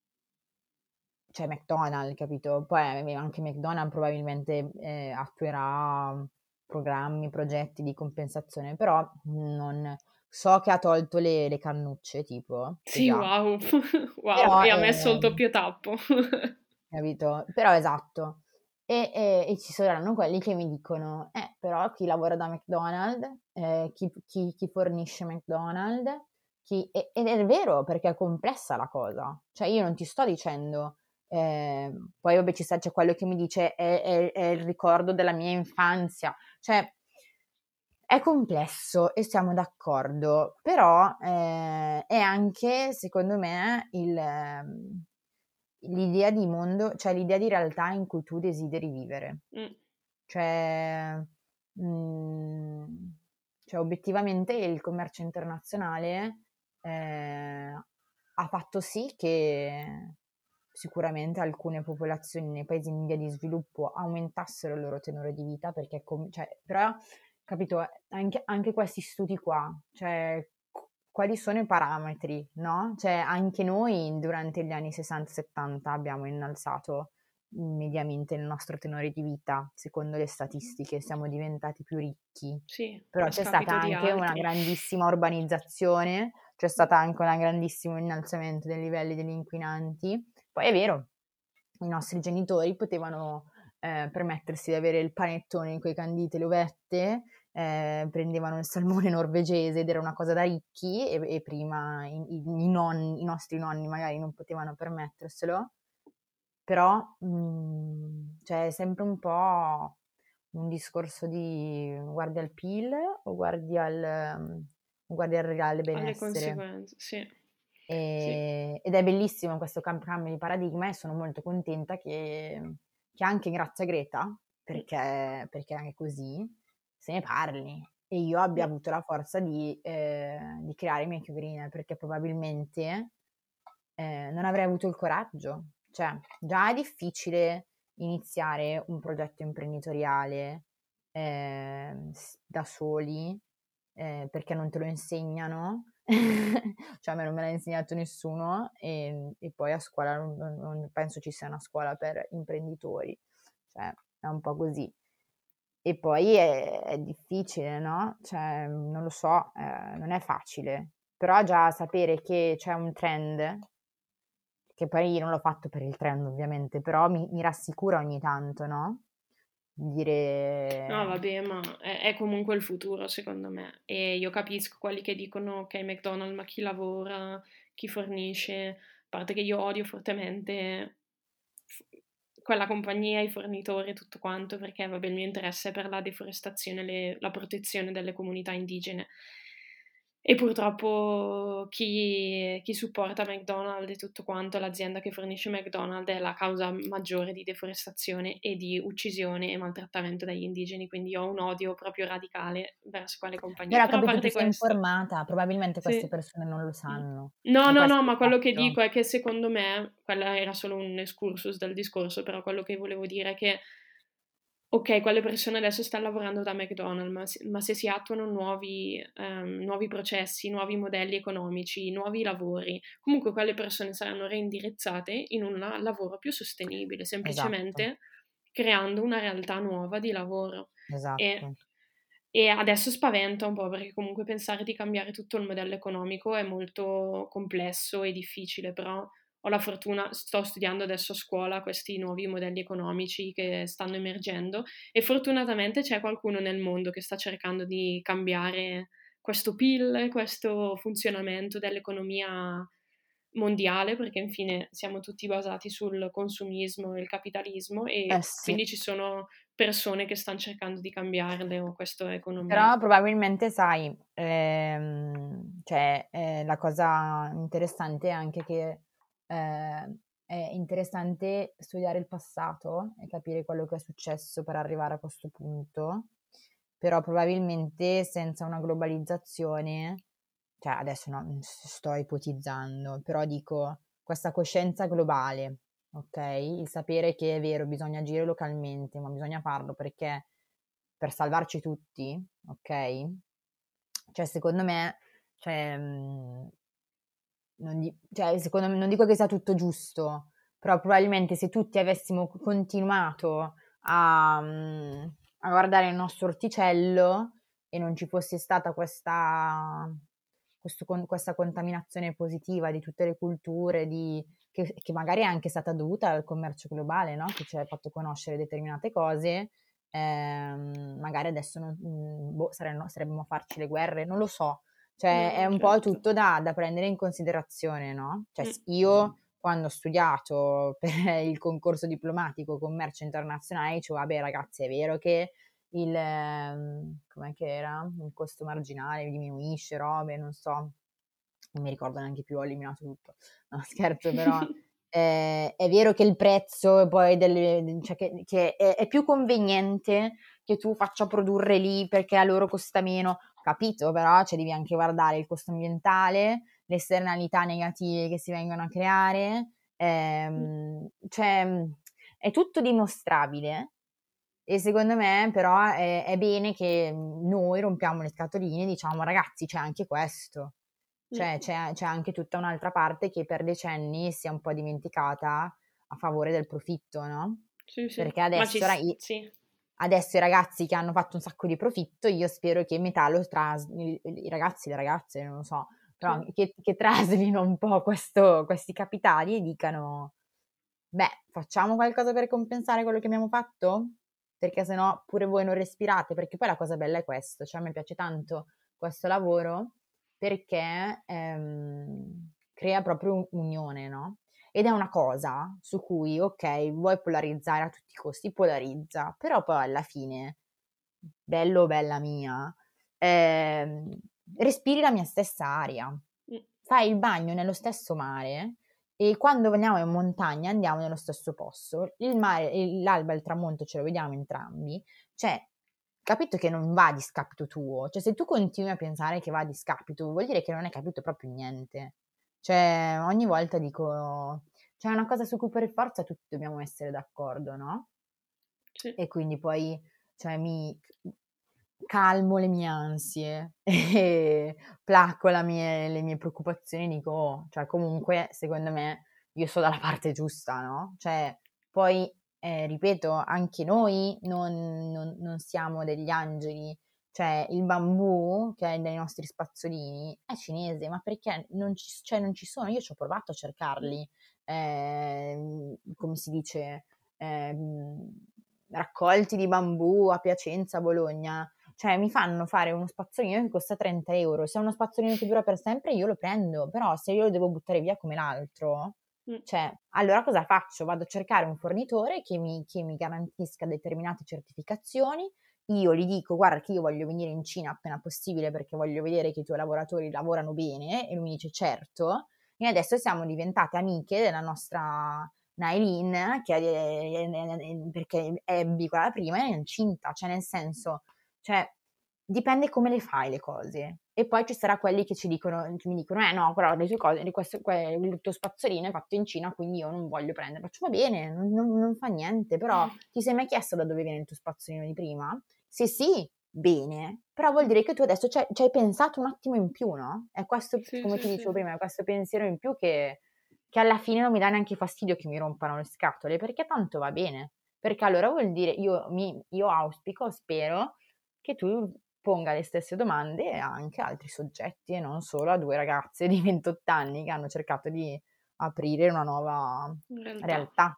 cioè McDonald's, capito? Poi eh, anche McDonald's probabilmente eh, attuerà programmi, progetti di compensazione, però non so che ha tolto le, le cannucce, tipo, che Sì, già, wow, wow, però e ha messo il ehm, doppio tappo. capito? Però esatto. E, e- e ci saranno quelli che mi dicono, eh, però chi lavora da McDonald's, eh, chi, chi- chi fornisce McDonald's, chi- e- ed è vero perché è complessa la cosa. Cioè io non ti sto dicendo, eh, poi vabbè ci sta, c'è quello che mi dice è, è- è il ricordo della mia infanzia. Cioè è complesso e siamo d'accordo, però eh, è anche, secondo me, il, ehm, l'idea di mondo, cioè l'idea di realtà in cui tu desideri vivere. Mm. Cioè, mm, cioè obiettivamente il commercio internazionale eh, ha fatto sì che sicuramente alcune popolazioni nei paesi in via di sviluppo aumentassero il loro tenore di vita, perché, com- cioè, però, capito, anche, anche questi studi qua, cioè, qu- quali sono i parametri, no? Cioè, anche noi durante gli anni sessanta settanta abbiamo innalzato mediamente il nostro tenore di vita, secondo le statistiche, siamo diventati più ricchi, Sì, però a c'è stata scapito di anche una altri. grandissima urbanizzazione, c'è stato anche un grandissimo innalzamento dei livelli degli inquinanti. Poi è vero, i nostri genitori potevano eh, permettersi di avere il panettone con i candite e le uvette, eh, prendevano il salmone norvegese ed era una cosa da ricchi e, e prima i, i, i nonni, i nostri nonni magari non potevano permetterselo, però mh, cioè, è sempre un po' un discorso di guardi al P I L o guardi al, um, guardi al reale Alle benessere. conseguenze, sì. Sì. E- ed è bellissimo questo cam- cambio di paradigma e sono molto contenta che, che anche grazie a Greta, perché, perché anche così, se ne parli. E io abbia avuto la forza di, eh, di creare Make You Greener, perché probabilmente eh, non avrei avuto il coraggio. Cioè, già è difficile iniziare un progetto imprenditoriale eh, da soli, eh, perché non te lo insegnano, cioè a me non me l'ha insegnato nessuno e, e poi a scuola non, non- non penso ci sia una scuola per imprenditori, cioè è un po' così. E poi è, è difficile, no? Cioè, non lo so, eh, non è facile, però già sapere che c'è un trend, che poi io non l'ho fatto per il trend ovviamente, però mi, mi rassicura ogni tanto, no? No, Dire... vabbè, ma è, è comunque il futuro, secondo me. E io capisco quelli che dicono, ok, McDonald's, ma chi lavora, chi fornisce. A parte che io odio fortemente f- quella compagnia, i fornitori e tutto quanto, perché, vabbè, il mio interesse è per la deforestazione, le- la protezione delle comunità indigene. E purtroppo chi, chi supporta McDonald's e tutto quanto, l'azienda che fornisce McDonald's è la causa maggiore di deforestazione e di uccisione e maltrattamento degli indigeni, quindi io ho un odio proprio radicale verso quelle compagnie. Però ho Però a capito, tu parte sei questo, informata, probabilmente queste sì. persone non lo sanno. No, È no, questo no, il ma quello che fatto. dico è che secondo me, quella era solo un excursus del discorso, però quello che volevo dire è che ok, quelle persone adesso stanno lavorando da McDonald's, ma se, ma se si attuano nuovi, ehm, nuovi processi, nuovi modelli economici, nuovi lavori, comunque quelle persone saranno reindirizzate in un la- lavoro più sostenibile, Esatto, semplicemente creando una realtà nuova di lavoro. E, esatto. e adesso spaventa un po' perché comunque pensare di cambiare tutto il modello economico è molto complesso e difficile, però ho la fortuna, sto studiando adesso a scuola questi nuovi modelli economici che stanno emergendo e fortunatamente c'è qualcuno nel mondo che sta cercando di cambiare questo P I L, questo funzionamento dell'economia mondiale, perché infine siamo tutti basati sul consumismo e il capitalismo Eh e sì. quindi ci sono persone che stanno cercando di cambiarle o questa economia. Però probabilmente sai, ehm, cioè, eh, la cosa interessante è anche che eh, è interessante studiare il passato e capire quello che è successo per arrivare a questo punto, però probabilmente senza una globalizzazione, cioè adesso no, sto ipotizzando, però dico questa coscienza globale, ok? Il sapere che è vero, bisogna agire localmente, ma bisogna farlo perché per salvarci tutti, ok? Cioè, secondo me, cioè, mh, non, di- cioè, secondo me, non dico che sia tutto giusto, però probabilmente se tutti avessimo continuato a, mh, a guardare il nostro orticello e non ci fosse stata questa, questo con- questa contaminazione positiva di tutte le culture, di- che, che magari è anche stata dovuta al commercio globale, no? Che ci ha fatto conoscere determinate cose, ehm, magari adesso non, mh, boh, saremmo, saremmo a farci le guerre, non lo so. Cioè, è No, un po' certo. tutto da, da prendere in considerazione, no? Cioè, Mm. s- io quando ho studiato per il concorso diplomatico commercio internazionale dicevo, vabbè ragazzi, è vero che il, ehm, com'è che era? Il costo marginale diminuisce, robe, non so, non mi ricordo neanche più, ho eliminato tutto. No, scherzo, però eh, è vero che il prezzo poi delle, cioè che, che è, è più conveniente che tu faccia produrre lì perché a loro costa meno, capito, però cioè, devi anche guardare il costo ambientale, le esternalità negative che si vengono a creare, ehm, cioè è tutto dimostrabile e secondo me però è, è bene che noi rompiamo le scatoline e diciamo ragazzi c'è anche questo, Mm. cioè c'è, c'è anche tutta un'altra parte che per decenni si è un po' dimenticata a favore del profitto, no? Sì, sì, Perché ma ci... adesso, ra- s- i- sì. adesso i ragazzi che hanno fatto un sacco di profitto, io spero che metà lo tras- i, i ragazzi, le ragazze, non lo so, però Sì. che, che traslino un po' questo- questi capitali e dicano, beh, facciamo qualcosa per compensare quello che abbiamo fatto? Perché sennò pure voi non respirate, perché poi la cosa bella è questo, cioè a me piace tanto questo lavoro perché ehm, crea proprio unione, no? Ed è una cosa su cui, ok, vuoi polarizzare a tutti i costi, polarizza, però poi alla fine, bello o bella mia, ehm, respiri la mia stessa aria, Mm. fai il bagno nello stesso mare e quando andiamo in montagna andiamo nello stesso posto, il mare, il- l'alba e il tramonto ce lo vediamo entrambi, cioè, capito che non va a discapito tuo, cioè se tu continui a pensare che va a discapito vuol dire che non hai capito proprio niente, cioè ogni volta dico, c'è una cosa su cui per forza tutti dobbiamo essere d'accordo, no? Sì. E quindi poi, cioè, mi calmo le mie ansie e placco la mie le mie preoccupazioni, dico: "Oh, cioè comunque secondo me io sto dalla parte giusta", no, cioè poi, ehm, ripeto, anche noi non non non siamo degli angeli, cioè il bambù che è nei nostri spazzolini è cinese, ma perché non ci s cioè non ci sono. Io ci ho provato a cercarli, ehm, come si dice, ehm, raccolti di bambù a Piacenza, a Bologna, cioè mi fanno fare uno spazzolino che costa trenta euro. Se è uno spazzolino che dura per sempre io lo prendo, però se io lo devo buttare via come l'altro, Mm. cioè allora cosa faccio? Vado a cercare un fornitore che mi, che mi garantisca determinate certificazioni, io gli dico guarda che io voglio venire in Cina appena possibile perché voglio vedere che i tuoi lavoratori lavorano bene, e lui mi dice certo, e adesso siamo diventate amiche della nostra Nailin, che è, perché Abby, quella prima, è incinta, cioè nel senso, cioè dipende come le fai le cose. E poi ci sarà quelli che ci dicono, che mi dicono, eh no, però le tue cose, questo, que- il tuo spazzolino è fatto in Cina, quindi io non voglio prendere. Faccio, va bene, non, non- non fa niente, però ti sei mai chiesto da dove viene il tuo spazzolino di prima? Se sì, bene, però vuol dire che tu adesso ci hai ci hai pensato un attimo in più, no? È questo, Sì, come sì, ti sì. dicevo prima, è questo pensiero in più che, che alla fine non mi dà neanche fastidio che mi rompano le scatole, perché tanto va bene. Perché allora vuol dire, io, mi, io auspico, spero, che tu ponga le stesse domande anche a altri soggetti e non solo a due ragazze di ventotto anni che hanno cercato di aprire una nuova In realtà. realtà.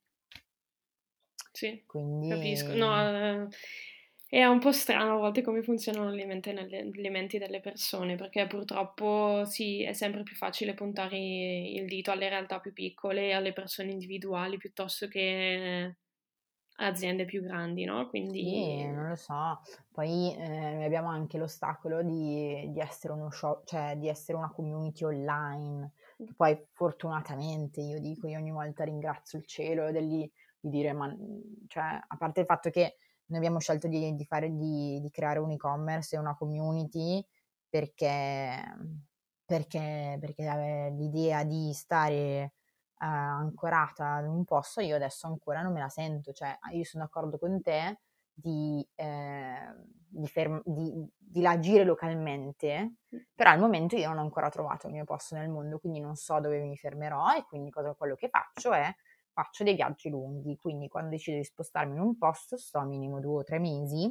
Sì, capisco. Quindi No, eh, è un po' strano a volte come funzionano le menti, nelle- le menti delle persone, perché purtroppo sì, è sempre più facile puntare il dito alle realtà più piccole, alle persone individuali, piuttosto che aziende più grandi, no? sì, Quindi non lo so. Poi eh, noi abbiamo anche l'ostacolo di, di essere uno shop, cioè di essere una community online, che poi fortunatamente io dico, io ogni volta ringrazio il cielo di, di dire, ma cioè, a parte il fatto che noi abbiamo scelto di, di fare, di, di creare un e-commerce e una community perché, perché, perché ave- l'idea di stare eh, ancorata in un posto, io adesso ancora non me la sento, cioè io sono d'accordo con te di, eh, di, ferm- di, di agire localmente, però al momento io non ho ancora trovato il mio posto nel mondo, quindi non so dove mi fermerò e quindi cosa, quello che faccio è faccio dei viaggi lunghi, quindi quando decido di spostarmi in un posto sto minimo due o tre mesi,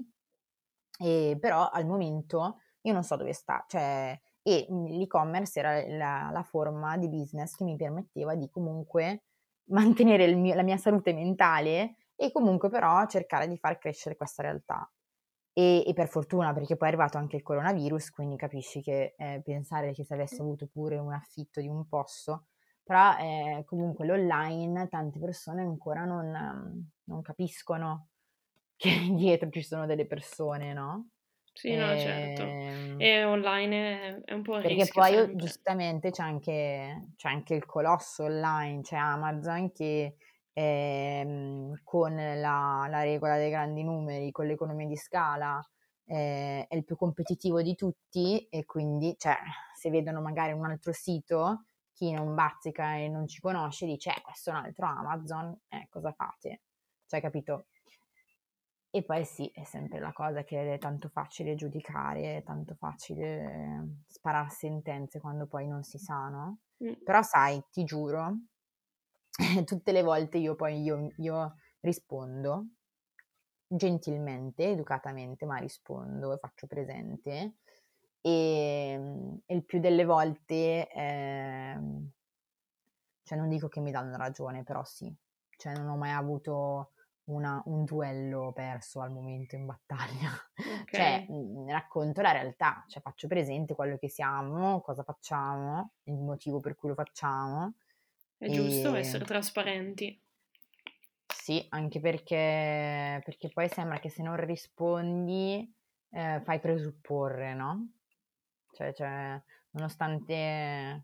e però al momento io non so dove sta, cioè, e mh, l'e-commerce era la, la forma di business che mi permetteva di comunque mantenere il mio- la mia salute mentale e comunque però cercare di far crescere questa realtà. E, e per fortuna, perché poi è arrivato anche il coronavirus, quindi capisci che eh, pensare che se avessi avuto pure un affitto di un posto, però eh, comunque l'online tante persone ancora non, ehm, non capiscono che dietro ci sono delle persone, no? sì, no, certo. Ehm, E online è, è un po' un perché rischio poi sempre. giustamente c'è anche, c'è anche il colosso online, c'è Amazon che ehm, con la, la regola dei grandi numeri, con l'economia di scala, eh, è il più competitivo di tutti e quindi cioè, se vedono magari un altro sito, chi non bazzica e non ci conosce dice, eh, questo è un altro Amazon, eh, cosa fate? Cioè, capito? E poi sì, è sempre la cosa che è tanto facile giudicare, è tanto facile eh, sparare sentenze quando poi non si sa, no? Mm. Però sai, ti giuro, tutte le volte io poi io, io rispondo gentilmente, educatamente, ma rispondo e faccio presente. E, e il più delle volte, ehm, cioè non dico che mi danno ragione, però sì, cioè non ho mai avuto una- un duello perso al momento in battaglia. Ok, Cioè, mh, racconto la realtà, cioè faccio presente quello che siamo, cosa facciamo, il motivo per cui lo facciamo. è giusto E essere trasparenti. sì, anche perché, perché poi sembra che se non rispondi eh, fai presupporre, no? Cioè, cioè, nonostante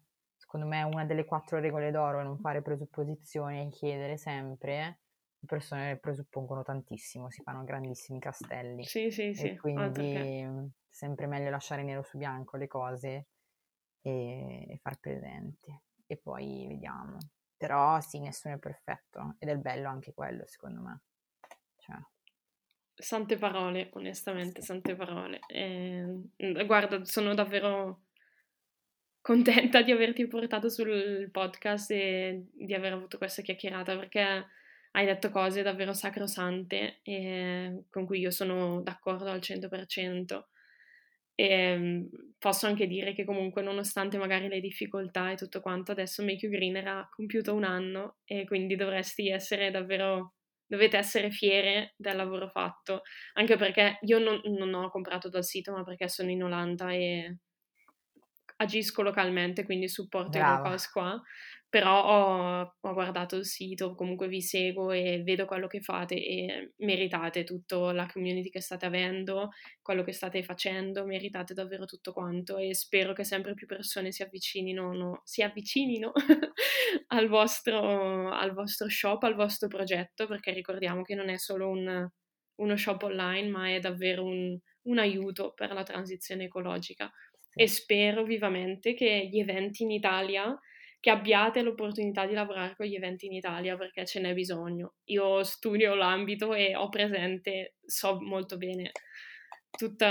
secondo me una delle quattro regole d'oro è non fare presupposizioni e chiedere sempre. Le persone presuppongono tantissimo, si fanno grandissimi castelli Sì, sì, e sì, altro che. quindi mh, sempre meglio lasciare nero su bianco le cose e, e far presente e poi vediamo. Però sì, nessuno è perfetto ed è il bello anche quello, secondo me. Cioè, Sante parole, onestamente, sante parole. E, guarda, sono davvero contenta di averti portato sul podcast e di aver avuto questa chiacchierata perché hai detto cose davvero sacrosante e con cui io sono d'accordo al cento per cento. E posso anche dire che comunque nonostante magari le difficoltà e tutto quanto, adesso Make You Greener ha compiuto un anno e quindi dovresti essere davvero, dovete essere fiere del lavoro fatto, anche perché io non, non ho comprato dal sito, ma perché sono in Olanda e agisco localmente, quindi supporto i brava. locals qua, però ho, ho guardato il sito, comunque vi seguo e vedo quello che fate e meritate tutta la community che state avendo, quello che state facendo, meritate davvero tutto quanto e spero che sempre più persone si avvicinino, no, si avvicinino al, vostro, al vostro shop, al vostro progetto, perché ricordiamo che non è solo un, uno shop online, ma è davvero un, un aiuto per la transizione ecologica. Sì. E spero vivamente che gli eventi in Italia, che abbiate l'opportunità di lavorare con gli eventi in Italia perché ce n'è bisogno. Io studio l'ambito e ho presente, so molto bene tutti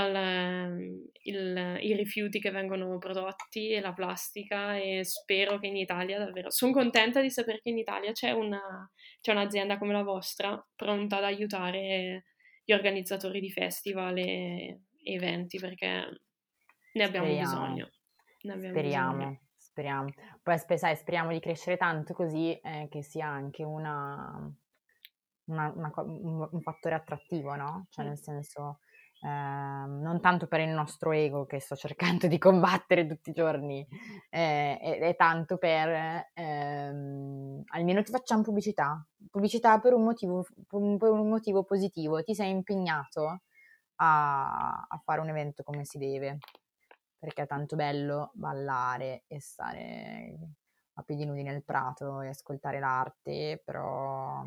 i rifiuti che vengono prodotti e la plastica e spero che in Italia davvero... Sono contenta di sapere che in Italia c'è, una, c'è un'azienda come la vostra pronta ad aiutare gli organizzatori di festival e eventi perché ne abbiamo Speriamo, bisogno. Ne abbiamo bisogno. speriamo, speriamo. Poi spe- sai, speriamo di crescere tanto così eh, che sia anche una, una- una co- un, un fattore attrattivo, no? Cioè Mm. nel senso, ehm, non tanto per il nostro ego che sto cercando di combattere tutti i giorni, eh, è, è tanto per ehm, almeno ti facciamo pubblicità, pubblicità per un motivo, per un per un motivo positivo, ti sei impegnato a, a fare un evento come si deve, perché è tanto bello ballare e stare a piedi nudi nel prato e ascoltare l'arte, però,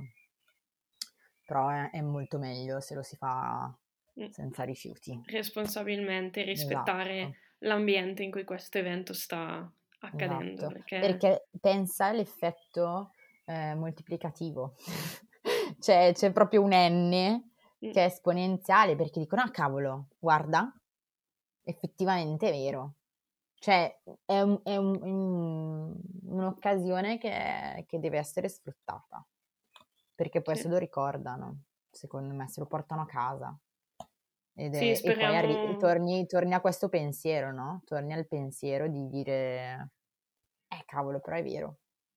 però è, è molto meglio se lo si fa Mm. senza rifiuti. Responsabilmente rispettare Esatto, l'ambiente in cui questo evento sta accadendo, esatto. perché Perché pensa all'effetto eh, moltiplicativo. C'è, c'è proprio un N mm, che è esponenziale perché dicono, ah cavolo, guarda, effettivamente è vero. Cioè, è, un- è un- un- un'occasione che, che deve essere sfruttata, perché poi sì. se lo ricordano, secondo me, se lo portano a casa. Ed Sì, è- e poi arri- e speriamo. torni, torni a questo pensiero, no? Torni al pensiero di dire, eh cavolo, però è vero.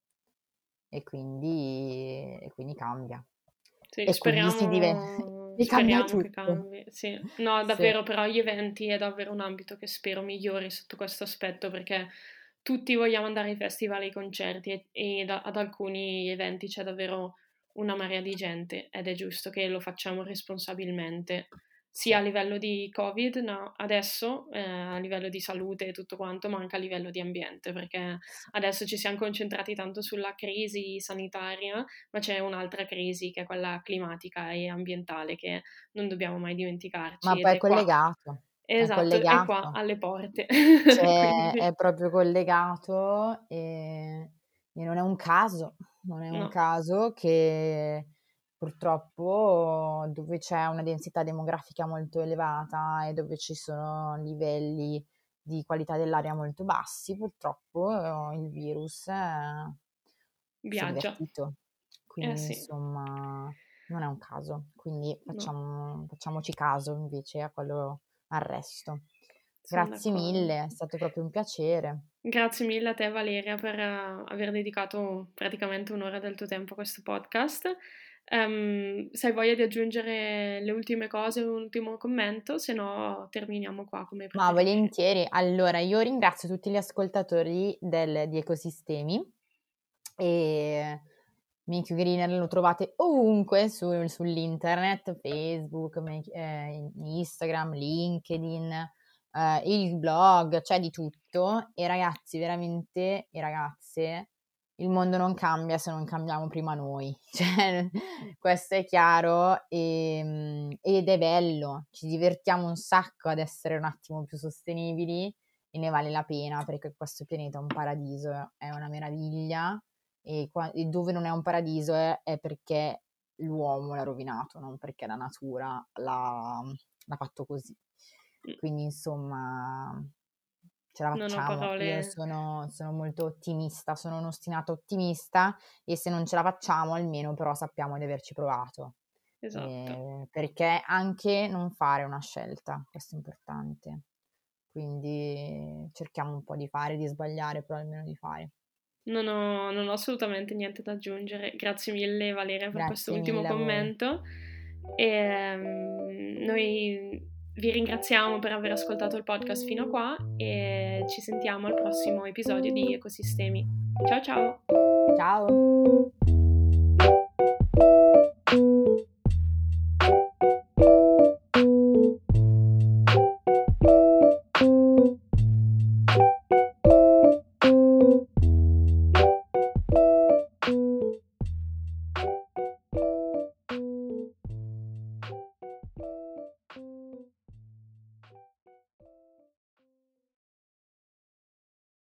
E quindi, e quindi cambia. Sì, E quindi si diventa, speriamo, e cambia speriamo che tutto. cambi. Sì. No, Sì. davvero, però gli eventi è davvero un ambito che spero migliori sotto questo aspetto perché tutti vogliamo andare ai festival e ai concerti e, e da- ad alcuni eventi c'è davvero una marea di gente ed è giusto che lo facciamo responsabilmente, Sì. sia a livello di Covid, no, adesso, eh, a livello di salute e tutto quanto, ma anche a livello di ambiente, perché Sì. adesso ci siamo concentrati tanto sulla crisi sanitaria ma c'è un'altra crisi che è quella climatica e ambientale che non dobbiamo mai Ma dimenticarci ed poi è è qua. collegato, è Esatto, è qua collegato. alle porte. Cioè, è Quindi proprio collegato e, e non è un caso, non è un no, caso che purtroppo dove c'è una densità demografica molto elevata e dove ci sono livelli di qualità dell'aria molto bassi, purtroppo eh, il virus eh, si è viaggia. divertito. Eh Quindi, sì, insomma, non è un caso. Quindi no, facciamo, facciamoci caso invece a quello, al resto. sono Grazie d'accordo. mille, è stato proprio un piacere. Grazie mille a te Valeria per eh, aver dedicato praticamente un'ora del tuo tempo a questo podcast. Ehm, se hai voglia di aggiungere le ultime cose, un ultimo commento, se no terminiamo qua come Ma preferisci. volentieri. Allora, io ringrazio tutti gli ascoltatori del- di Ecosistemi e Make You Greener lo trovate ovunque su- sull'internet, Facebook, Make- eh, Instagram, LinkedIn, eh, il blog, c'è di tutto e ragazzi, veramente, e ragazze, il mondo non cambia se non cambiamo prima noi, cioè, questo è chiaro e, ed è bello, ci divertiamo un sacco ad essere un attimo più sostenibili e ne vale la pena perché questo pianeta è un paradiso, è una meraviglia e, qua, e dove non è un paradiso è, è perché l'uomo l'ha rovinato, non perché la natura l'ha, l'ha fatto così. Quindi insomma ce la Non ho facciamo. parole. Io sono, sono molto ottimista, sono un'ostinata ottimista e se non ce la facciamo almeno però sappiamo di averci provato. Esatto. Eh, perché anche non fare una scelta, questo è importante. Quindi cerchiamo un po' di fare, di sbagliare, però almeno di fare. Non ho, non ho assolutamente niente da aggiungere. Grazie mille Valeria per questo Grazie ultimo mille a voi. commento. E, um, noi vi ringraziamo per aver ascoltato il podcast fino a qua e ci sentiamo al prossimo episodio di Ecosistemi. Ciao ciao! Ciao!